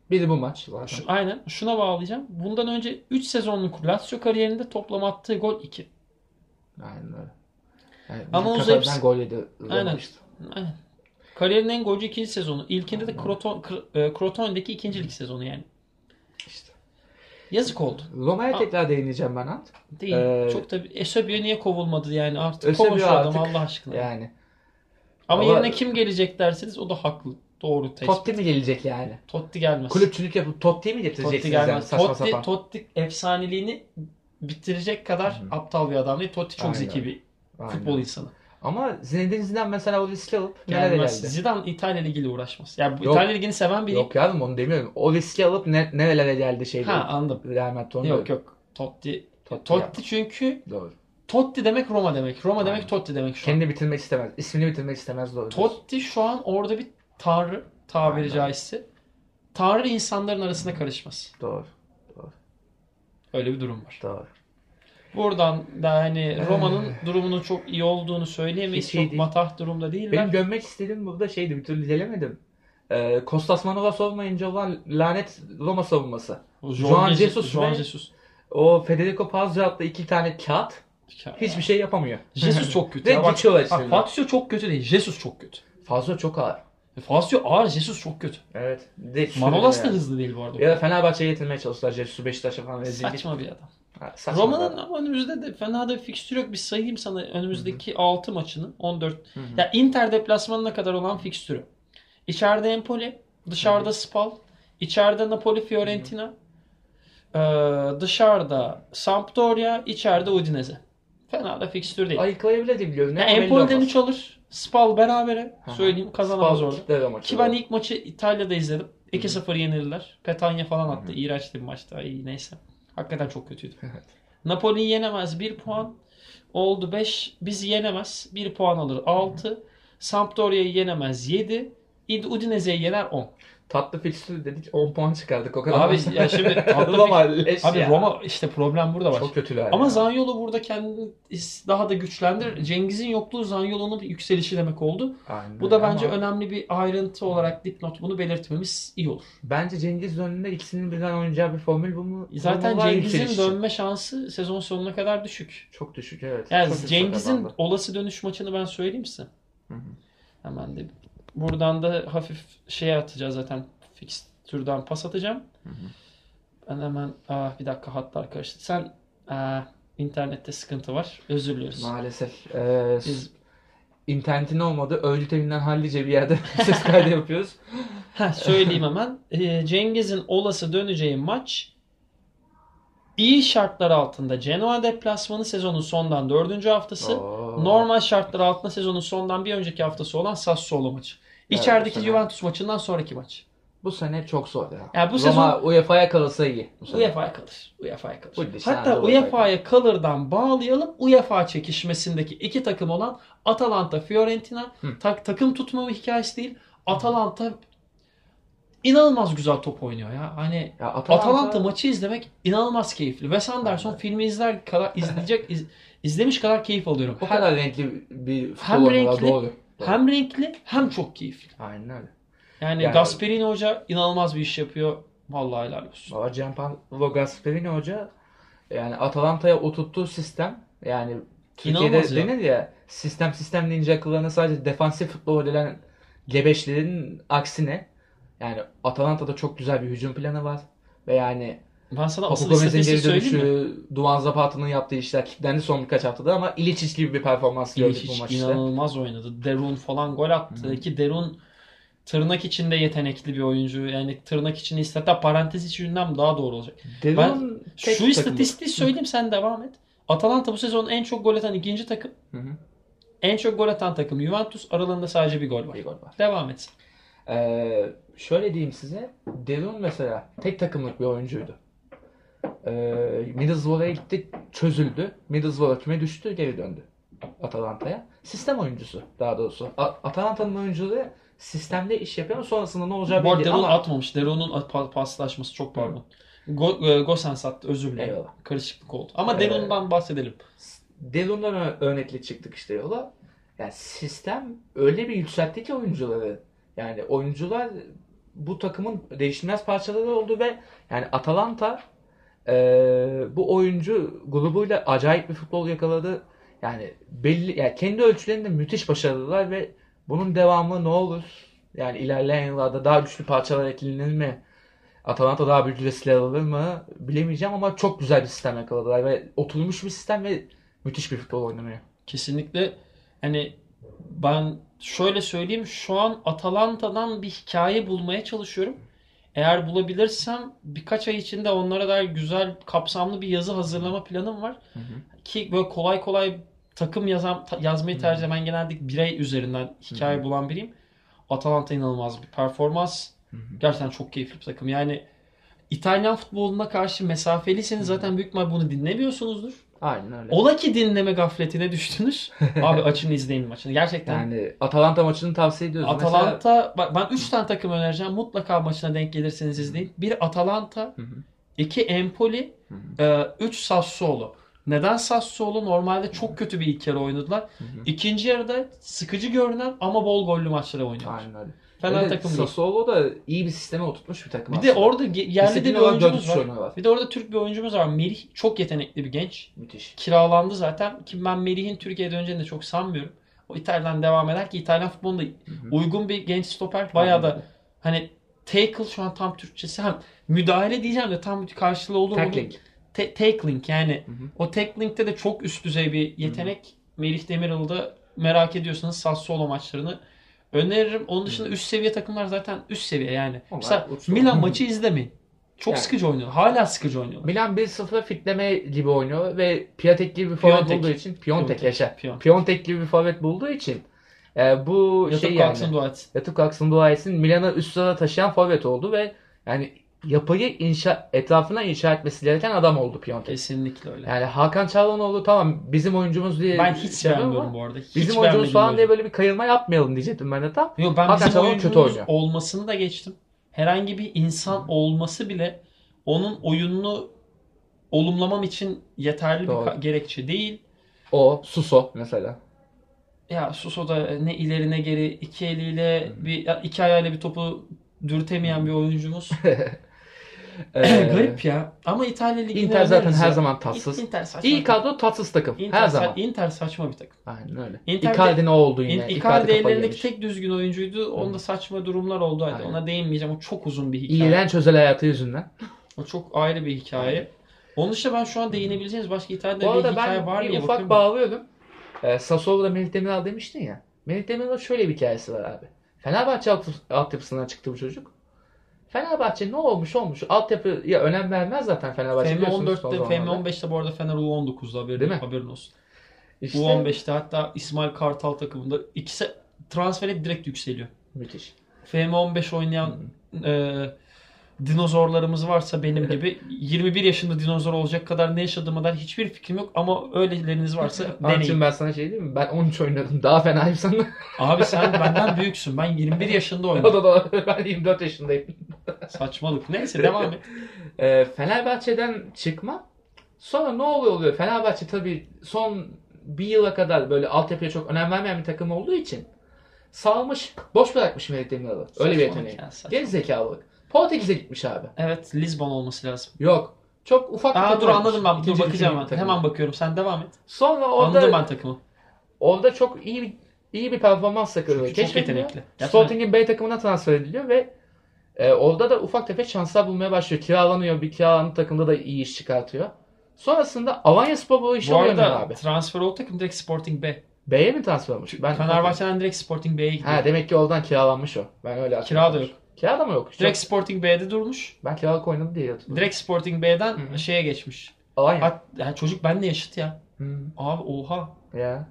Biri bu maç zaten. Aynen. Şuna bağlayacağım. Bundan önce 3 sezonluk Lazio kariyerinde toplam attığı gol 2. Aynen öyle. Yani Ama bizim uzayıp... kafadan gol yedi. Aynen. Işte. Aynen. Kariyerin en golcü ikinci sezonu. İlkinde de Crotone'deki ikincilik sezonu yani. İşte. Yazık oldu. Roma'ya tekrar değineceğim ben Ant. Değil. Çok tabii. Eusebio niye kovulmadı yani? Artık Eusebio kovun şu adamı artık Allah aşkına. yani. Ama yerine kim gelecek derseniz o da haklı. Doğru tespit. Totti mi gelecek yani? Totti gelmez. Kulüpçülük yapıp Totti'yi mi getireceksiniz? Totti gelmez. Yani? Saçma sapan. Totti efsaneliğini bitirecek kadar aptal bir adam değil. Totti çok zeki bir futbol insanı. Ama Zinedine Zidane mesela o riski alıp nereye geldi? Zidane İtalya Ligi ile uğraşmaz. Yani bu İtalya Ligi'ni seven biri. Yok yavrum onu demiyorum. O riski alıp nerelere geldi şeyde. Ha anladım. Real Madrid Yok. Totti çünkü doğru. Totti demek Roma demek. Roma demek Totti demek şu an. Kendini bitirmek istemez. İsmini bitirmek istemez doğru. Totti şu an orada bir tanrı tabiri caizse. Tanrı insanların arasına karışmaz. Doğru. Öyle bir durum var. Doğru. Buradan da hani Roma'nın durumunun çok iyi olduğunu söyleyemeyiz. Çok matah durumda değiller. Benim gömmek istediğim burada şeydi, bir türlü gelemedim. Kostas Manolas olmayınca olan lanet Roma savunması. Juan Jesus. O Federico Pazzo adlı 2 tane kağıt hiçbir şey yapamıyor. Jesus çok kötü. Ve geçiyorlar işte. Fazio çok kötü değil. Jesus çok kötü. Fazio çok ağır. Fazio ağır, Jesus çok kötü. Evet. Manolas da hızlı değil bu arada. Ya da Fenerbahçe'ye getirmeye çalıştılar. Jesus'u Beşiktaş'a falan. Saçma bir adam. Roma'nın ama önümüzde de fena da bir fikstür yok. Bir sayayım sana önümüzdeki 6 maçını. 14. Ya Inter deplasmanına kadar olan fikstürü. İçeride Empoli, dışarıda Spal, içeride Napoli, Fiorentina, dışarıda Sampdoria, içeride Udinese. Fena da fikstür değil. Ayıklayabilir de biliyorum. Empoli'den 3 alır. Spal berabere. Söyleyeyim kazanamaz orada. Ki ben ilk maçı İtalya'da izledim. 2-0 yenildiler. Petagna falan attı. İğrençti bir maçtı. İyi neyse. Hakikaten çok kötüydü. Napoli'yi yenemez 1 puan. Oldu 5. Bizi yenemez 1 puan alır 6. Sampdoria'yı yenemez 7. Udinese'yi yener 10. Tatlı fikstür dedik 10 puan çıkardık o kadar. Abi ya şimdi tatlı Roma işte problem burada var. Çok kötüler. Ama Zaniolo burada kendini daha da güçlendirir. Cengiz'in yokluğu Zaniolo'nun yükselişi demek oldu. Aynen. Bu da bence önemli bir ayrıntı olarak dipnot, bunu belirtmemiz iyi olur. Bence Cengiz döndüğünde ikisinin birden oynayacağı bir formül bu mu? Zaten Cengiz'in dönme şansı sezon sonuna kadar düşük. Çok düşük evet. Yani Cengiz'in olası dönüş maçını ben söyleyeyim size. Hemen de buradan da hafif atacağız zaten. Fikstürden pas atacağım. Ben hemen bir dakika hatlar karıştı. Sen internette sıkıntı var. Özür diliyoruz. Maalesef. Biz internetin olmadı. Öğüt evinden hallice bir yerde ses kaydı yapıyoruz. Söyleyeyim hemen. Cengiz'in olası döneceği maç iyi şartlar altında Genoa deplasmanı, sezonun sondan 4. haftası. Normal şartlar altında sezonun sondan bir önceki haftası olan Sassuolo maçı. İçerideki Juventus maçından sonraki maç. Bu sene çok zor ya. Yani bu Roma sezon UEFA'ya kalırsa iyi. UEFA'ya kalır. Hatta UEFA'ya kalırdan bağlayalım. UEFA çekişmesindeki 2 takım olan Atalanta, Fiorentina takım tutma hikayesi değil. Atalanta inanılmaz güzel top oynuyor ya. Hani ya Atalanta maçı izlemek inanılmaz keyifli. Wes Anderson filmi izlemiş kadar keyif alıyorum. O kadar renkli bir futbol var, doğru. Hem renkli hem çok keyifli. Aynen öyle. Yani Gasperini Hoca inanılmaz bir iş yapıyor. Vallahi helal olsun. Gianpaolo Gasperini Hoca yani Atalanta'ya oturttuğu sistem, yani Türkiye'de denir ya sistem deyince akıllarına sadece defansif futbol edilen gebeşlerin aksine yani Atalanta'da çok güzel bir hücum planı var ve yani ben sana asıl istatistiği söyleyeyim mi? Duvan Zapata'nın yaptığı işler kilitlendi son birkaç haftada ama İličić gibi bir performans gördük bu maçta. İnanılmaz oynadı. Derun falan gol attı. Ki Derun tırnak içinde yetenekli bir oyuncu. Yani tırnak içinde hatta parantez içinden daha doğru olacak. Ben şu istatistiği söyleyeyim, sen devam et. Atalanta bu sezon en çok gol atan ikinci takım. En çok gol atan takım Juventus. Aralarında sadece bir gol var. Devam et. Şöyle diyeyim size. Derun mesela tek takımlık bir oyuncuydu. Middlesbrough'a gitti, çözüldü. Middlesbrough küme düştü, geri döndü Atalanta'ya. Sistem oyuncusu daha doğrusu. Atalanta'nın oyuncuları sistemde iş yapıyor ama sonrasında ne olacağı belli değil. Derun atmamış. Derun'un paslaşması çok pardon. Gosens sattı, özür dilerim. Eyvallah. Karışıklık oldu. Ama Derun'dan bahsedelim. Derun'dan örnekle çıktık işte yola. Yani sistem öyle bir yükseltti ki oyuncuları. Yani oyuncular bu takımın değişilmez parçaları oldu ve yani Atalanta bu oyuncu grubuyla acayip bir futbol yakaladı. Yani belli, yani kendi ölçülerinde müthiş başarılılar ve bunun devamı ne olur? Yani ilerleyen yıllarda daha güçlü parçalar eklenir mi? Atalanta daha büyük riskler alır mı? Bilemeyeceğim ama çok güzel bir sistem yakaladılar ve oturmuş bir sistem ve müthiş bir futbol oynanıyor. Kesinlikle. Hani ben şöyle söyleyeyim, şu an Atalanta'dan bir hikaye bulmaya çalışıyorum. Eğer bulabilirsem birkaç ay içinde onlara dair güzel, kapsamlı bir yazı hazırlama planım var. Ki böyle kolay kolay takım yazmayı tercih eden, ben genelde birey üzerinden hikaye bulan biriyim. Atalanta inanılmaz bir performans. Gerçekten çok keyifli bir takım. Yani İtalyan futboluna karşı mesafeliyseniz zaten büyük ihtimal bunu dinlemiyorsunuzdur. Aynen öyle. Ola ki dinleme gafletine düştünüz. Abi açın izleyin maçını. Gerçekten. Yani Atalanta maçını tavsiye ediyoruz. Atalanta, bak ben 3 tane takım önereceğim. Mutlaka maçına denk gelirseniz izleyin. 1 Atalanta, 2 Empoli, 3 Sassuolo. Neden Sassuolo? Normalde çok kötü bir ilk kere oynadılar. İkinci yarıda sıkıcı görünen ama bol gollü maçlara oynuyorlar. Aynen öyle. Fena takım değil. Sassuolo da iyi bir sisteme oturtmuş bir takım Bir aslında. de orada yerli de bir oyuncumuz var. var. Bir de orada Türk bir oyuncumuz var. Melih çok yetenekli bir genç. Müthiş. Kiralandı zaten. Ki ben Melih'in Türkiye'de döneceğini de çok sanmıyorum. O İtalya'dan devam eder ki İtalyan futbolunda uygun bir genç stoper. Bayağı da hani tackle şu an tam Türkçesi. Hem müdahale diyeceğim de tam karşılığı olur mu? Tackling. Tackling yani. O tackling'de de çok üst düzey bir yetenek. Melih Demirel'da merak ediyorsanız Sassuolo maçlarını öneririm. Onun dışında üst seviye takımlar zaten üst seviye yani. Onlar Mesela uçtu. Milan maçı izlemeyin. Çok Yani. sıkıcı oynuyor. Hala sıkıcı oynuyorlar. Milan 1-0 fitleme gibi oynuyor ve Piatek gibi bir forvet bulduğu için Piontek gibi bir forvet bulduğu için bu yatıp şey kalksın yani dua etsin. yatıp kalksın dua etsin. Milan'ı üst sırada taşıyan forvet oldu ve yani yapıyı etrafına inşa etmesi gereken adam oldu Piontek. Kesinlikle öyle. Yani Hakan Çalhanoğlu tamam bizim oyuncumuz diye Ben hiç beğenmiyorum bu arada. Hiç bizim oyuncumuz falan diye böyle bir kayırma yapmayalım diyecektim ben de tam. Yok, ben Hakan bizim Çalhanoğlu kötü oyuncumuz oynuyor. olmasını da geçtim. Herhangi bir insan olması bile onun oyununu olumlamam için yeterli Doğru. bir gerekçe değil. O Suso mesela. Ya Suso da ne ileri ne geri, iki eliyle iki ayağıyla bir topu dürtemeyen bir oyuncumuz. Garip ya. Ama İtalya Ligi'ni Inter zaten öneririz her ya. zaman tatsız. Inter saçma. İyi kadro tatsız takım. Her zaman. Inter saçma bir takım. Aynen öyle. Inter Icardi ne oldu yine? Icardi kafayı ellerindeki yemiş. tek düzgün oyuncuydu. Onda saçma durumlar oldu. Hadi Aynen. ona değinmeyeceğim. O çok uzun bir hikaye. İğrenç özel hayatı yüzünden. O çok ayrı bir hikaye. Onun dışında ben şu an değinebileceğiniz başka Bu İtalya'da bir arada hikaye var ben bir diye ufak bakıyorum. bağlıyordum. Sassuolo'da Melih Demiral demiştin ya. Melih Demiral'ın şöyle bir hikayesi var abi. Fenerbahçe altyapısından çıktı bu çocuk. Fenerbahçe ne olmuş. Altyapıya önem vermez zaten Fenerbahçe. FM14'te, FM15'te bu arada Fener U19'da Değil mi? haberin olsun. İşte, U15'te hatta İsmail Kartal takımında ikisi transfere direkt yükseliyor. müthiş. FM15 oynayan dinozorlarımız varsa benim gibi 21 yaşında dinozor olacak kadar ne yaşadığıma dair hiçbir fikrim yok ama öyleleriniz varsa deneyin. Şimdi ben sana şey diyeyim mi? Ben 13 oynadım. Daha fenayım sana. Abi sen benden büyüksün. Ben 21 yaşında O oynadım. da ben 24 yaşındayım. Saçmalık. Neyse devam et. Fenerbahçe'den çıkma. Sonra ne oluyor? Fenerbahçe tabii son bir yıla kadar böyle altyapıya çok önem vermeyen bir takım olduğu için salmış, boş bırakmış Melih Demiral'ı. Öyle bir yeteneği. Geri zekalılık. Portekiz'e gitmiş abi. Evet, Lisbon olması lazım. Yok. Çok ufak bir takım Dur olmuş. anladım ben. Dur İkinci bakacağım ligin ben. Hemen bakıyorum. Sen devam et. Sonra Anladım ben takımı. orada çok iyi bir performans takılıyor. Çünkü çok yetenekli. Sporting'in B takımına transfer ediliyor ve orada da ufak tefek şanslar bulmaya başlıyor. Kiralanıyor. Bir kiralandığı takımda da iyi iş çıkartıyor. Sonrasında Alanyaspor bu işi Bu oynuyor arada abi. transfer oldu takım direkt Sporting B. B'ye mi transfer olmuş? Fenerbahçe'den direkt Sporting B'ye gidiyor. Ha, demek ki oradan kiralanmış o. Ben öyle Kira da yok. Kira da mı yok? Direkt Sporting B'de durmuş. Ben kiralık oynadı diye hatırlıyorum. Direkt Sporting B'den şeye geçmiş. Alanya. Yani çocuk benimle yaşıt ya. Abi oha. Ya.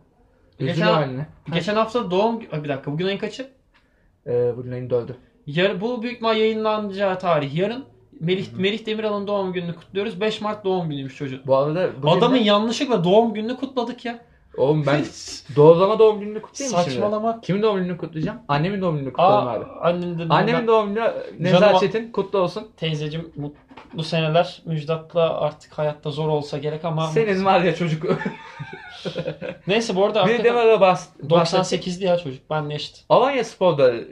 Geçen hafta doğum... Bir dakika, bugün ayın kaçı? Bugün ayın 4'ü. Bu büyük ihtimal yayınlanacağı tarih yarın. Melih Demiral'ın doğum gününü kutluyoruz. 5 Mart doğum günüymüş çocuğun. Bu arada Adamın yanlışlıkla doğum gününü kutladık ya. Oğlum ben doğrulama doğum gününü kutlayayım mı şimdi? Saçmalama. Kimin doğum gününü kutlayacağım? Annemin doğum gününü kutlayalım abi. Annemin doğum günü Nezaçet'in kutlu olsun. Teyzeciğim mutlu seneler. Müjdat'la artık hayatta zor olsa gerek ama... Senin var ya çocuk. Neyse bu arada Bir de bana 98'li ya çocuk. Ben eşit. Alanyaspor'da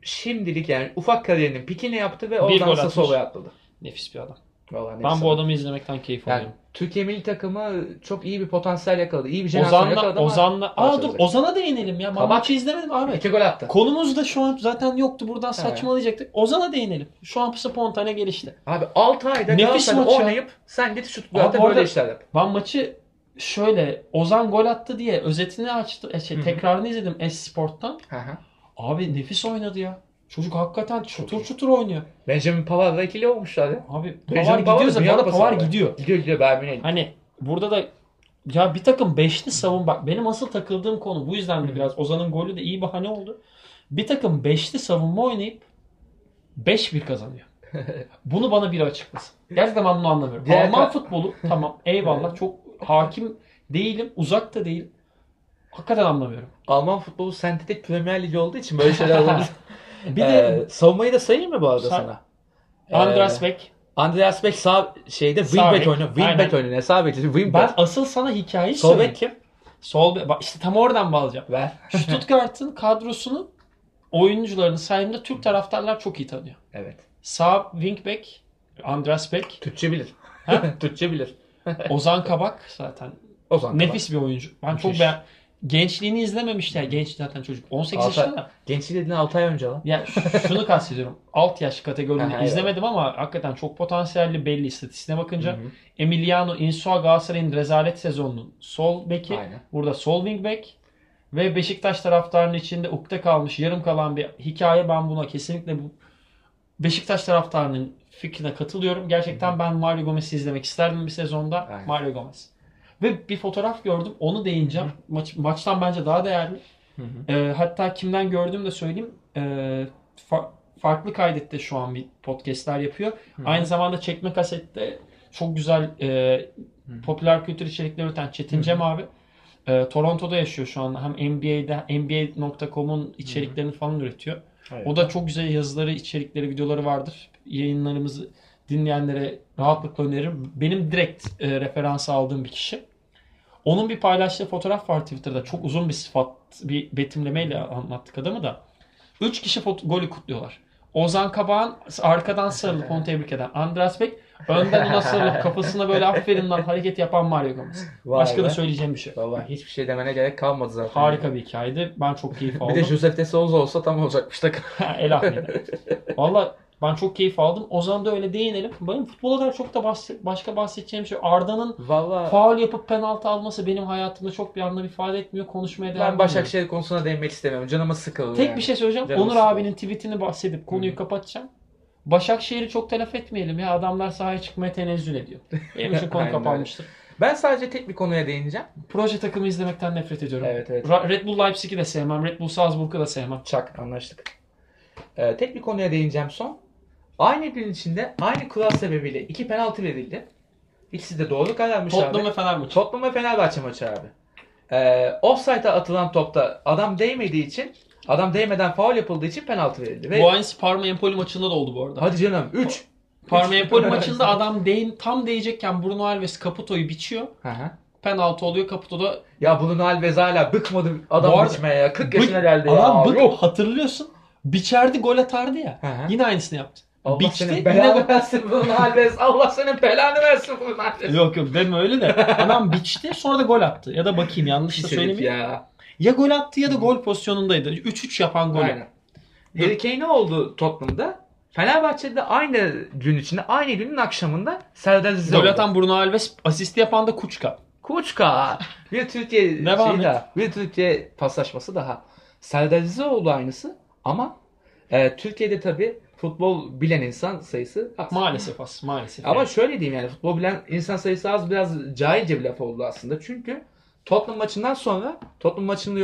şimdilik yani ufak kariyerinin pikini yaptı ve Bir oradan gol atmış. Sassuolo'ya atladı. Nefis bir adam. Vallahi Ben nefis bu adam. adamı izlemekten keyif Yani alıyorum. Türkiye milli takımı çok iyi bir potansiyel yakaladı. İyi bir jenerasyon yakaladı Ozan'la. ama Dur Ozan'a değinelim ya. Ben Kabak. maçı izlemedim abi. 2 gol attı. Konumuz da şu an zaten yoktu. Buradan saçmalayacaktık. Ozan'a değinelim. Şu an spontane gelişti. Abi 6 ayda Nefis Galatasaray'da maç ya. oynayıp sen git şut Abi hatta bu arada- böyle işler yap. Ben maçı şöyle Ozan gol attı diye özetini açtım. Tekrarını izledim Sport'tan. Hı hı. Abi nefis oynadı ya. Çocuk hakikaten çutur çutur oynuyor. Benjamin Pavar'la ikili olmuşlar ya. Abi Benjamin Pavar gidiyorsa Dünya bana Kupası Pavar abi. gidiyor. Gidiyor Bermin'e. Hani burada da ya bir takım beşli savun bak benim asıl takıldığım konu bu yüzden de biraz Ozan'ın golü de iyi bahane oldu. Bir takım beşli savunma oynayıp 5-1 kazanıyor. Bunu bana biri açıklasın. Gerçekten ben bunu anlamıyorum. Diğer Alman futbolu tamam eyvallah çok hakim değilim uzak da değilim. Hakikaten anlamıyorum. Alman futbolu sentetik Premier Ligi olduğu için böyle şeyler olabilir. Bir de savunmayı da sayayım mı bu arada Sa- sana? Andreas Beck. Andreas Beck sağ şeyde Sağ wingback bek. oynuyor. Wingback Aynen. oynuyor. Ne sağ bek? Ben Wingback. asıl sana hikayeyi Sol söyleyeyim. bek kim? Sol bek. Bak işte tam oradan bağlayacağım. Ver. Stuttgart'ın kadrosunu oyuncularını sayımda Türk taraftarlar çok iyi tanıyor. Evet. Sağ wingback Andreas Beck, Türkçe bilir. Ha? Türkçe bilir. Ozan Kabak zaten Ozan nefis bir oyuncu. Ben çok Müthiş. gençliğini izlememişler. Genç zaten çocuk. 18 Altı- yaşında. Gençliği dediğin 6 ay önce lan. Ya şunu kastediyorum. Alt yaş kategorini Aha, izlemedim ama hakikaten çok potansiyelli belli istatistiğine bakınca. Hı hı. Emiliano Insua Galatasaray'ın rezalet sezonunun sol beki. Aynen. Burada sol wingback. Ve Beşiktaş taraftarının içinde ukde kalmış, yarım kalan bir hikaye. Ben buna kesinlikle bu Beşiktaş taraftarının fikrine katılıyorum. Gerçekten ben Mario Gomez'i izlemek isterdim bir sezonda. Aynen. Mario Gomez. Ve bir fotoğraf gördüm. Onu değineceğim. Maçtan bence daha değerli. Hatta kimden gördüğümü de söyleyeyim. Farklı kaydetti şu an bir podcastler yapıyor. Aynı zamanda çekme kasette çok güzel popüler kültür içerikleri üreten Çetin Cem abi. Toronto'da yaşıyor şu anda. Hem NBA'de NBA.com'un içeriklerini falan üretiyor. Evet. O da çok güzel yazıları, içerikleri, videoları vardır. Yayınlarımızı dinleyenlere rahatlıkla öneririm. Benim direkt referans aldığım bir kişi. Onun bir paylaştığı fotoğraf var Twitter'da. Çok uzun bir sıfat, bir betimlemeyle anlattık adamı da. 3 kişi golü kutluyorlar. Ozan Kabak'ın arkadan sarılıp onu tebrik eden Andreas Beck, önden ona sarılıp kafasına böyle aferin lan hareket yapan Mario Gomez. Vay Başka da be. söyleyeceğim bir şey. Vallahi hiçbir şey demene gerek kalmadı zaten. Harika bir hikayeydi. Ben çok keyif Bir aldım. de Josef de Souza olsa tam olacakmış takım. El ahmedi. Valla ben çok keyif aldım. O zaman da öyle değinelim. Benim futbola dair çok da başka bahsedeceğim şey. Arda'nın Vallahi faul yapıp penaltı alması benim hayatımda çok bir anlam ifade etmiyor. Konuşmaya devam ben ediyorum. Başakşehir konusuna değinmek istemiyorum. Canıma sıkıldı Tek yani. bir şey söyleyeceğim. Canım Onur sıkıldı. abinin tweetini bahsedip konuyu kapatacağım. Başakşehir'i çok telef etmeyelim ya. Adamlar sahaya çıkmaya tenezzül ediyor. Benim için konu Aynen kapanmıştır. Ben sadece tek bir konuya değineceğim. Proje takımı izlemekten nefret ediyorum. Evet, evet. Red Bull Leipzig'i de sevmem. Red Bull Salzburg'u da sevmem. Çak anlaştık. Tek bir konuya değineceğim son. Aynı gün içinde aynı kural sebebiyle 2 penaltı verildi. İkisi de doğru kararmış Tottenham abi. ve Fenerbahçe. Tottenham ve Fenerbahçe maçı abi. Offside'a atılan topta adam değmediği için, adam değmeden faul yapıldığı için penaltı verildi. Ve Bu aynısı Parma Empoli maçında da oldu bu arada. hadi canım 3. Parma Empoli maçında adam tam değecekken Bruno Alves Caputo'yu biçiyor. Penaltı oluyor. Caputo da Ya Bruno Alves hala bıkmadı Bu adam arada- biçmeye ya. 40 yaşına geldi ya. adam Yok. hatırlıyorsun. Biçerdi gol atardı ya. Hı hı. Yine aynısını yaptı. Allah Biçti. senin Yine belanı versin Bruno Alves. Allah senin belanı versin Bruno Alves. Yok deme öyle de. Adam biçti sonra da gol attı. Ya da bakayım yanlış da Pis herif söylemeyeyim. ya. Ya gol attı ya da gol pozisyonundaydı. 3-3 yapan gol. Aynen. Harry Kane ne oldu Tottenham'da? Fenerbahçe'de aynı gün içinde, aynı günün akşamında Serdar Aziz Gol oldu. atan Bruno Alves, asisti yapan da Kuçka. Kuçka. Bir Türkiye Devam şey et. daha. Bir Türkiye paslaşması daha. Serdar Aziz oldu aynısı ama Türkiye'de tabii futbol bilen insan sayısı az. Maalesef az. Maalesef. Ama Evet. şöyle diyeyim yani futbol bilen insan sayısı az, biraz cahilce bir laf oldu aslında. Çünkü Tottenham maçından sonra Tottenham maçını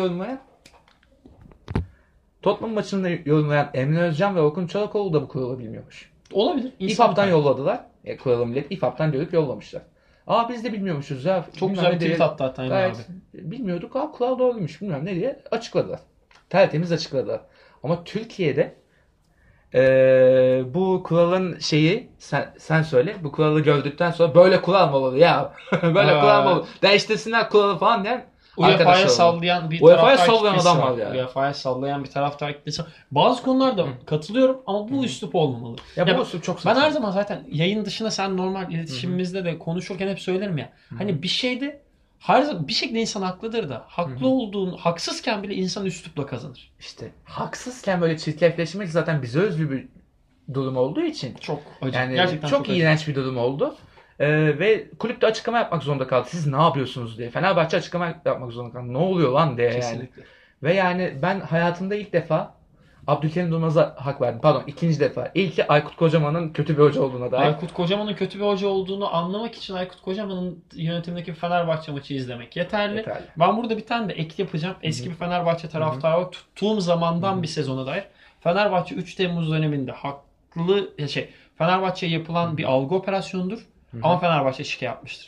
yorumlayan Emre Özcan ve Orkun Çolakoğlu da bu kuralı bilmiyormuş. Olabilir. İnsan İFAB'dan kaynağı. yolladılar. Kuralım millet İFAB'dan görüp yollamışlar. Biz de bilmiyormuşuz ya. Çok Bilmem güzel bir ne diye- tweet attı hatta Emre Gayet abi. bilmiyorduk. Kural doğruymuş bilmem ne diye açıkladılar. Tertemiz açıkladılar. Ama Türkiye'de bu kuralın şeyi sen söyle. Bu kuralı gördükten sonra böyle kural mı olur ya? Böyle kural mı olur? Değiştirsinler kuralı falan der. UEFA'ya sallayan bir UEFA'ya taraftar sallayan kitlesi adam var yani. UEFA'ya sallayan bir taraftar kitlesi var. Bazı konularda katılıyorum ama bu üslup olmamalı. Ya bu üslup çok ben saçma. her zaman zaten yayın dışında sen normal iletişimimizde de konuşurken hep söylerim ya. Hani bir şeyde bir şekilde insan haklıdır da haklı olduğun, haksızken bile insan üslupla kazanır. İşte haksızken böyle çirkefleşmek zaten bize özgü bir durum olduğu için. Çok acı. Yani Gerçekten çok acı. iğrenç bir durum oldu. Ve kulüp de açıklama yapmak zorunda kaldı. Siz ne yapıyorsunuz diye. Fenerbahçe açıklama yapmak zorunda kaldı. Ne oluyor lan diye Kesinlikle. yani. Ve yani ben hayatımda ilk defa Abdülkerim Durmaz'a hak verdim. Pardon, ikinci defa. İlki Aykut Kocaman'ın kötü bir hoca olduğuna dair. Aykut Kocaman'ın kötü bir hoca olduğunu anlamak için Aykut Kocaman'ın yönetimindeki bir Fenerbahçe maçı izlemek yeterli. Ben burada bir tane de ek yapacağım. Eski bir Fenerbahçe taraftarı olarak tuttuğum zamandan bir sezona dair. Fenerbahçe 3 Temmuz döneminde Fenerbahçe'ye yapılan bir algı operasyonudur. Ama Fenerbahçe şike yapmıştır.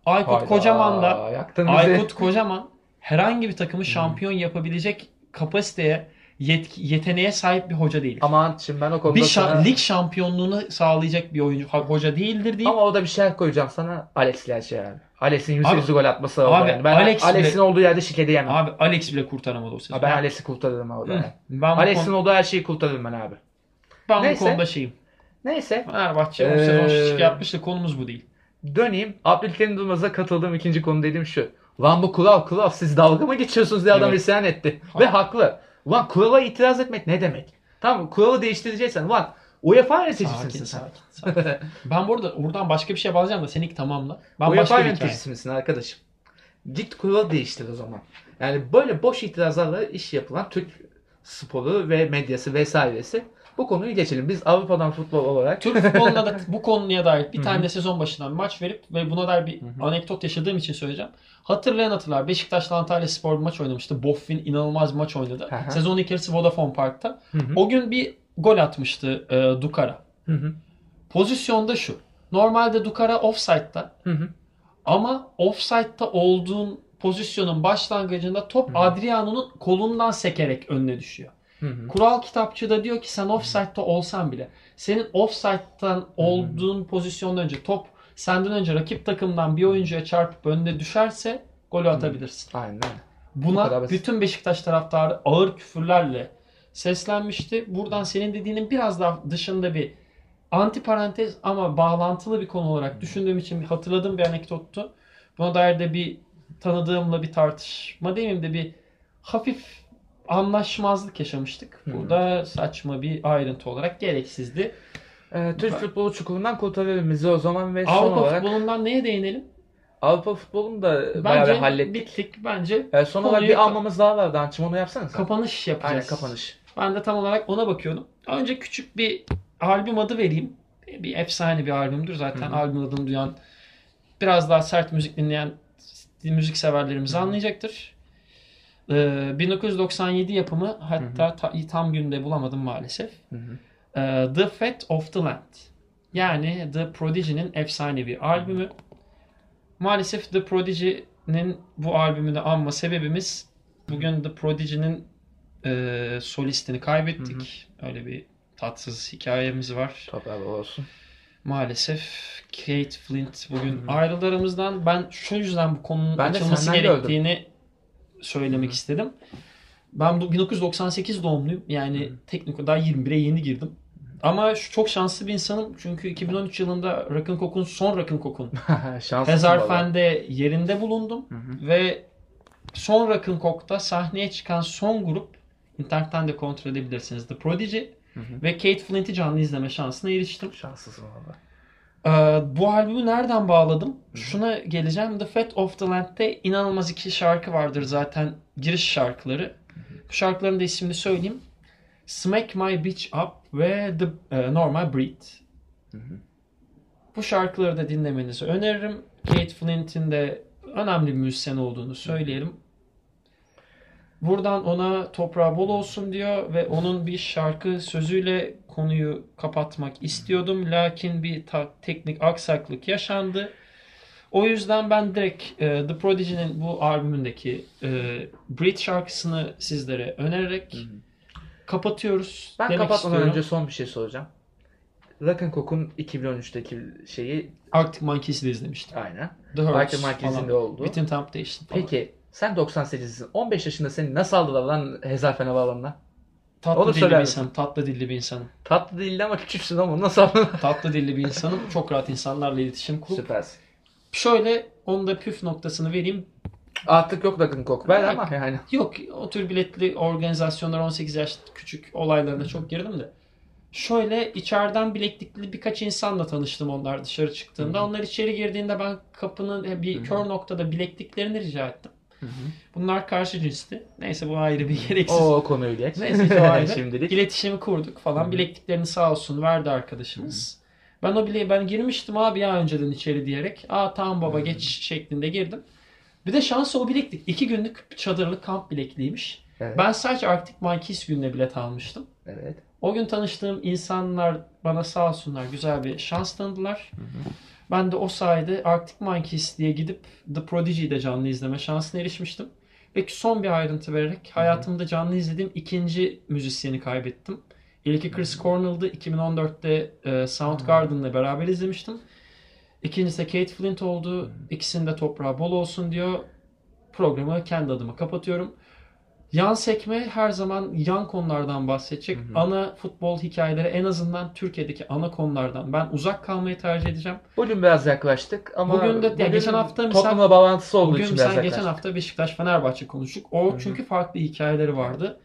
Aykut Kocaman herhangi bir takımı şampiyon yapabilecek kapasiteye, yeteneğe sahip bir hoca değil. Aman şimdi ben o konuda lig şampiyonluğunu sağlayacak bir hoca değildir diye. Ama o da bir şey koyacağım sana. Alex'le şey yani. Alex'in yüzü gol atması oldu yani. Ben Alex'in olduğu yerde şike diyemem. Abi Alex bile kurtaramadı o sezonu. Ben Alex'i kurtarırım orada. Alex'in olduğu her şeyi kurtarırım ben abi. Ben bu konuda şeyim. Neyse. Fenerbahçe o sezon şike yapmıştı. Konumuz bu değil. Döneyim. Abdülkerim Durmaz'a katıldığım ikinci konu dediğim şu. Lan bu kural siz dalga mı geçiyorsunuz diye adam isyan etti. Ve haklı. Ulan kurala itiraz etmek ne demek? Tamam, kuralı değiştireceksen ulan UEFA yöneticisisin sen. Sakin. Ben buradan başka bir şey bağlayacağım da seninki tamamla. Ben UEFA yöneticisi misin arkadaşım? Git kuralı değiştir o zaman. Yani böyle boş itirazlarla iş yapılan Türk sporu ve medyası vesairesi. Bu konuyu geçelim. Biz Avrupa'dan futbol olarak. Türk futboluna da bu konuya dair bir tane de sezon başından maç verip ve buna dair bir anekdot yaşadığım için söyleyeceğim. Hatırlayan hatırlar. Beşiktaş'la Antalyaspor bir maç oynamıştı. Boffin inanılmaz bir maç oynadı. Sezon ilk yarısı Vodafone Park'ta. O gün bir gol atmıştı Dukara. Pozisyonda şu. Normalde Dukara offside'da. Ama offside'da olduğun pozisyonun başlangıcında top Adriano'nun kolundan sekerek önüne düşüyor. Kural kitapçıda diyor ki sen offside'da olsan bile senin offside'dan olduğun pozisyondan önce top senden önce rakip takımdan bir oyuncuya çarpıp önüne düşerse golü atabilirsin. Aynen. Buna bütün Beşiktaş taraftarı ağır küfürlerle seslenmişti. Buradan senin dediğinin biraz daha dışında bir antiparantez ama bağlantılı bir konu olarak düşündüğüm için hatırladığım bir anekdottu. Buna dair de bir tanıdığımla bir tartışma demeyeyim de bir hafif anlaşmazlık yaşamıştık. Burada saçma bir ayrıntı olarak gereksizdi. Türk futbolu çukurundan kurtaralım bizi o zaman ve Avrupa son olarak futbolundan neye değinelim? Avrupa futbolunu da bayağı bir hallettik. Bittik bence. Son olarak bir almamız daha vardı. Ançım onu yapsana sen. Kapanış yapacağız. Aynen, kapanış. Ben de tam olarak ona bakıyordum. Önce küçük bir albüm adı vereyim. Bir efsane bir albümdür. Zaten albüm adını duyan biraz daha sert müzik dinleyen müzik severlerimiz anlayacaktır. 1997 yapımı, hatta tam günde bulamadım maalesef. The Fate of the Land. Yani The Prodigy'nin efsanevi albümü. Maalesef The Prodigy'nin bu albümünü anma sebebimiz bugün The Prodigy'nin solistini kaybettik. Öyle bir tatsız hikayemiz var. Toprağı olsun. Maalesef Kate Flint bugün ayrıldı aramızdan. Ben şu yüzden bu konunun açılması gerektiğini söylemek istedim. Ben bu 1998 doğumluyum. Yani teknik daha 21'e yeni girdim. Ama çok şanslı bir insanım. Çünkü 2013 yılında Rock'n'Coke'un son Rock'n'Coke'un Hezarfen'de yerinde bulundum. Ve son Rock'n'Coke'da sahneye çıkan son grup, internetten de kontrol edebilirsiniz, The Prodigy. Ve Kate Flint'i canlı izleme şansına eriştim. Şanslısın valla. Bu albümü nereden bağladım? Şuna geleceğim. The Fate of the Land'de inanılmaz iki şarkı vardır zaten, giriş şarkıları. Bu şarkıların da ismini söyleyeyim. Smack My Bitch Up ve The Normal Breed. Bu şarkıları da dinlemenizi öneririm. Kate Flint'in de önemli bir müzisyen olduğunu söyleyelim. Buradan ona toprağı bol olsun diyor ve onun bir şarkı sözüyle konuyu kapatmak istiyordum. Lakin bir teknik aksaklık yaşandı. O yüzden ben direkt The Prodigy'nin bu albümündeki Breed şarkısını sizlere önererek kapatıyoruz. Ben kapatmadan önce son bir şey soracağım. Rock'n'Coke'un 2013'teki şeyi Arctic Monkeys'i de izlemiştim. Aynen. The Hurts Arctic Monkeys'in de oldu. Within Temptation falan. Peki Sen 98'lisin. 15 yaşında seni nasıl aldılar lan Hezarfen Havaalanı'na? Tatlı Onu dilli söyler bir misin? insanım. Tatlı dilli bir insanım. Tatlı değildi ama küçüksün ama nasıl aldılar? Tatlı dilli bir insanım. Çok rahat insanlarla iletişim kurup. Süpersin. Şöyle onun da püf noktasını vereyim. Artık yok Rock'n Coke. Ben ama yani. Yok, o tür biletli organizasyonlar 18 yaş küçük olaylarına çok girdim de. Şöyle içeriden bileklikli birkaç insanla tanıştım onlar dışarı çıktığında. Onlar içeri girdiğinde ben kapının bir kör noktada bilekliklerini rica ettim. Bunlar karşı cinsti. Neyse bu ayrı bir gereksiz. O konuyu geç. Neyse ki o ayrı. Şimdilik. İletişimi kurduk falan. Bilekliklerini sağ olsun verdi arkadaşımız. Ben girmiştim abi ya önceden içeri diyerek. Aa tamam baba geç şeklinde girdim. Bir de şansı o bileklik 2 günlük çadırlık kamp bilekliğiymiş. Evet. Ben sadece Arctic Monkeys gününe bilet almıştım. Evet. O gün tanıştığım insanlar bana sağ olsunlar güzel bir şans tanıdılar. Ben de o sayede Arctic Monkeys diye gidip The Prodigy'yi de canlı izleme şansına erişmiştim. Ve son bir ayrıntı vererek hayatımda canlı izlediğim ikinci müzisyeni kaybettim. İlki Chris Cornell'dı. 2014'te Soundgarden'la beraber izlemiştim. İkincisi de Kate Flint oldu. İkisinin de toprağı bol olsun diyor. Programı kendi adıma kapatıyorum. Yan sekme her zaman yan konulardan bahsedecek. Ana futbol hikayeleri en azından Türkiye'deki ana konulardan. Ben uzak kalmayı tercih edeceğim. Bugün biraz yaklaştık ama Bugün de geçen hafta misal toplumla bağlantısı olduğu bugün için biraz sen yaklaştık. geçen hafta Beşiktaş Fenerbahçe konuştuk. O çünkü farklı hikayeleri vardı.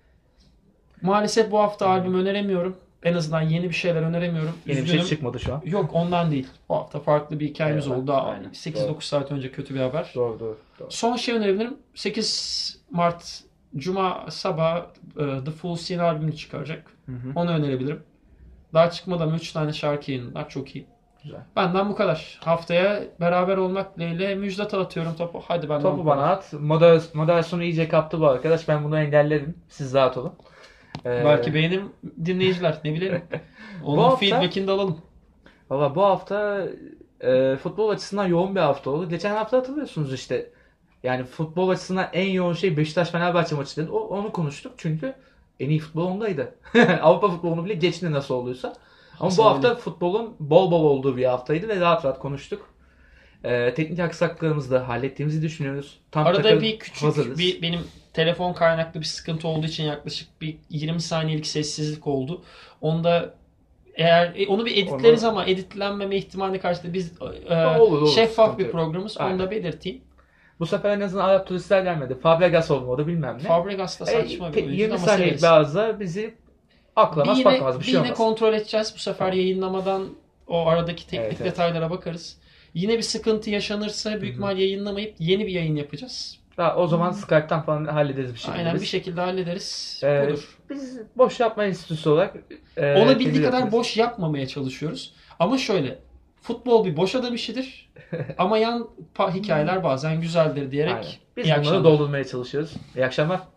Maalesef bu hafta albüm öneremiyorum. En azından yeni bir şeyler öneremiyorum. Yeni bir şey çıkmadı şu an. Yok ondan değil. Bu hafta farklı bir hikayemiz Evet, oldu. aynen. 8-9 saat önce kötü bir haber. Doğru. Son şey önerebilirim. 8 Mart Cuma sabah The Fools yeni albümünü çıkaracak. Onu önerebilirim. Daha çıkmadan 3 tane şarkı yayınladılar. Çok iyi. Güzel. Benden bu kadar. Haftaya beraber olmak dileğiyle müjdat atıyorum topu. Hadi benden Topu bu bana kadar. at. Moderasyonu iyice kaptı bu arkadaş. Ben bunu engellerim. Siz rahat olun. Belki beğenim dinleyiciler. Ne bilelim. Onun hafta- feedback'ini de alalım. Valla bu hafta futbol açısından yoğun bir hafta oldu. Geçen hafta hatırlıyorsunuz işte. Yani futbol açısından en yoğun şey Beşiktaş-Fenerbahçe maçı dedi. Onu konuştuk çünkü en iyi futbol ondaydı. Avrupa futbolunu bile geçti nasıl olduysa. Ama bu hafta futbolun bol bol olduğu bir haftaydı ve rahat rahat konuştuk. Teknik aksaklıklarımızı da hallettiğimizi düşünüyoruz. Tam Arada bir küçük hazırız. benim telefon kaynaklı bir sıkıntı olduğu için yaklaşık bir 20 saniyelik sessizlik oldu. Onda eğer onu bir editleriz ama editlenmeme ihtimali karşısında biz Olur, şeffaf sıkıntı bir yok. programız. Aynen. Onu da belirteyim. Bu sefer en azından Arap turistler gelmedi. Fabregas olmadı bilmem ne. Fabregas da saçma bir oyuncu 20 ama saniyelik severiz. bir ağızla bizi aklamaz bakmaz bir şey yine olmaz. kontrol edeceğiz. Bu sefer yayınlamadan o aradaki teknik Evet. detaylara bakarız. Yine bir sıkıntı yaşanırsa büyük ihtimal yayınlamayıp yeni bir yayın yapacağız. O zaman Skype'tan falan hallederiz bir şekilde. Aynen biz. bir şekilde hallederiz. Budur. Biz boş yapma enstitüsü olarak Olabildiği kendi kadar yapıyoruz. boş yapmamaya çalışıyoruz. Ama şöyle, futbol bir boş adam işidir. Ama yan hikayeler bazen güzeldir diyerek Aynen. Biz iyi bunları akşamlar. doldurmaya çalışıyoruz. İyi akşamlar.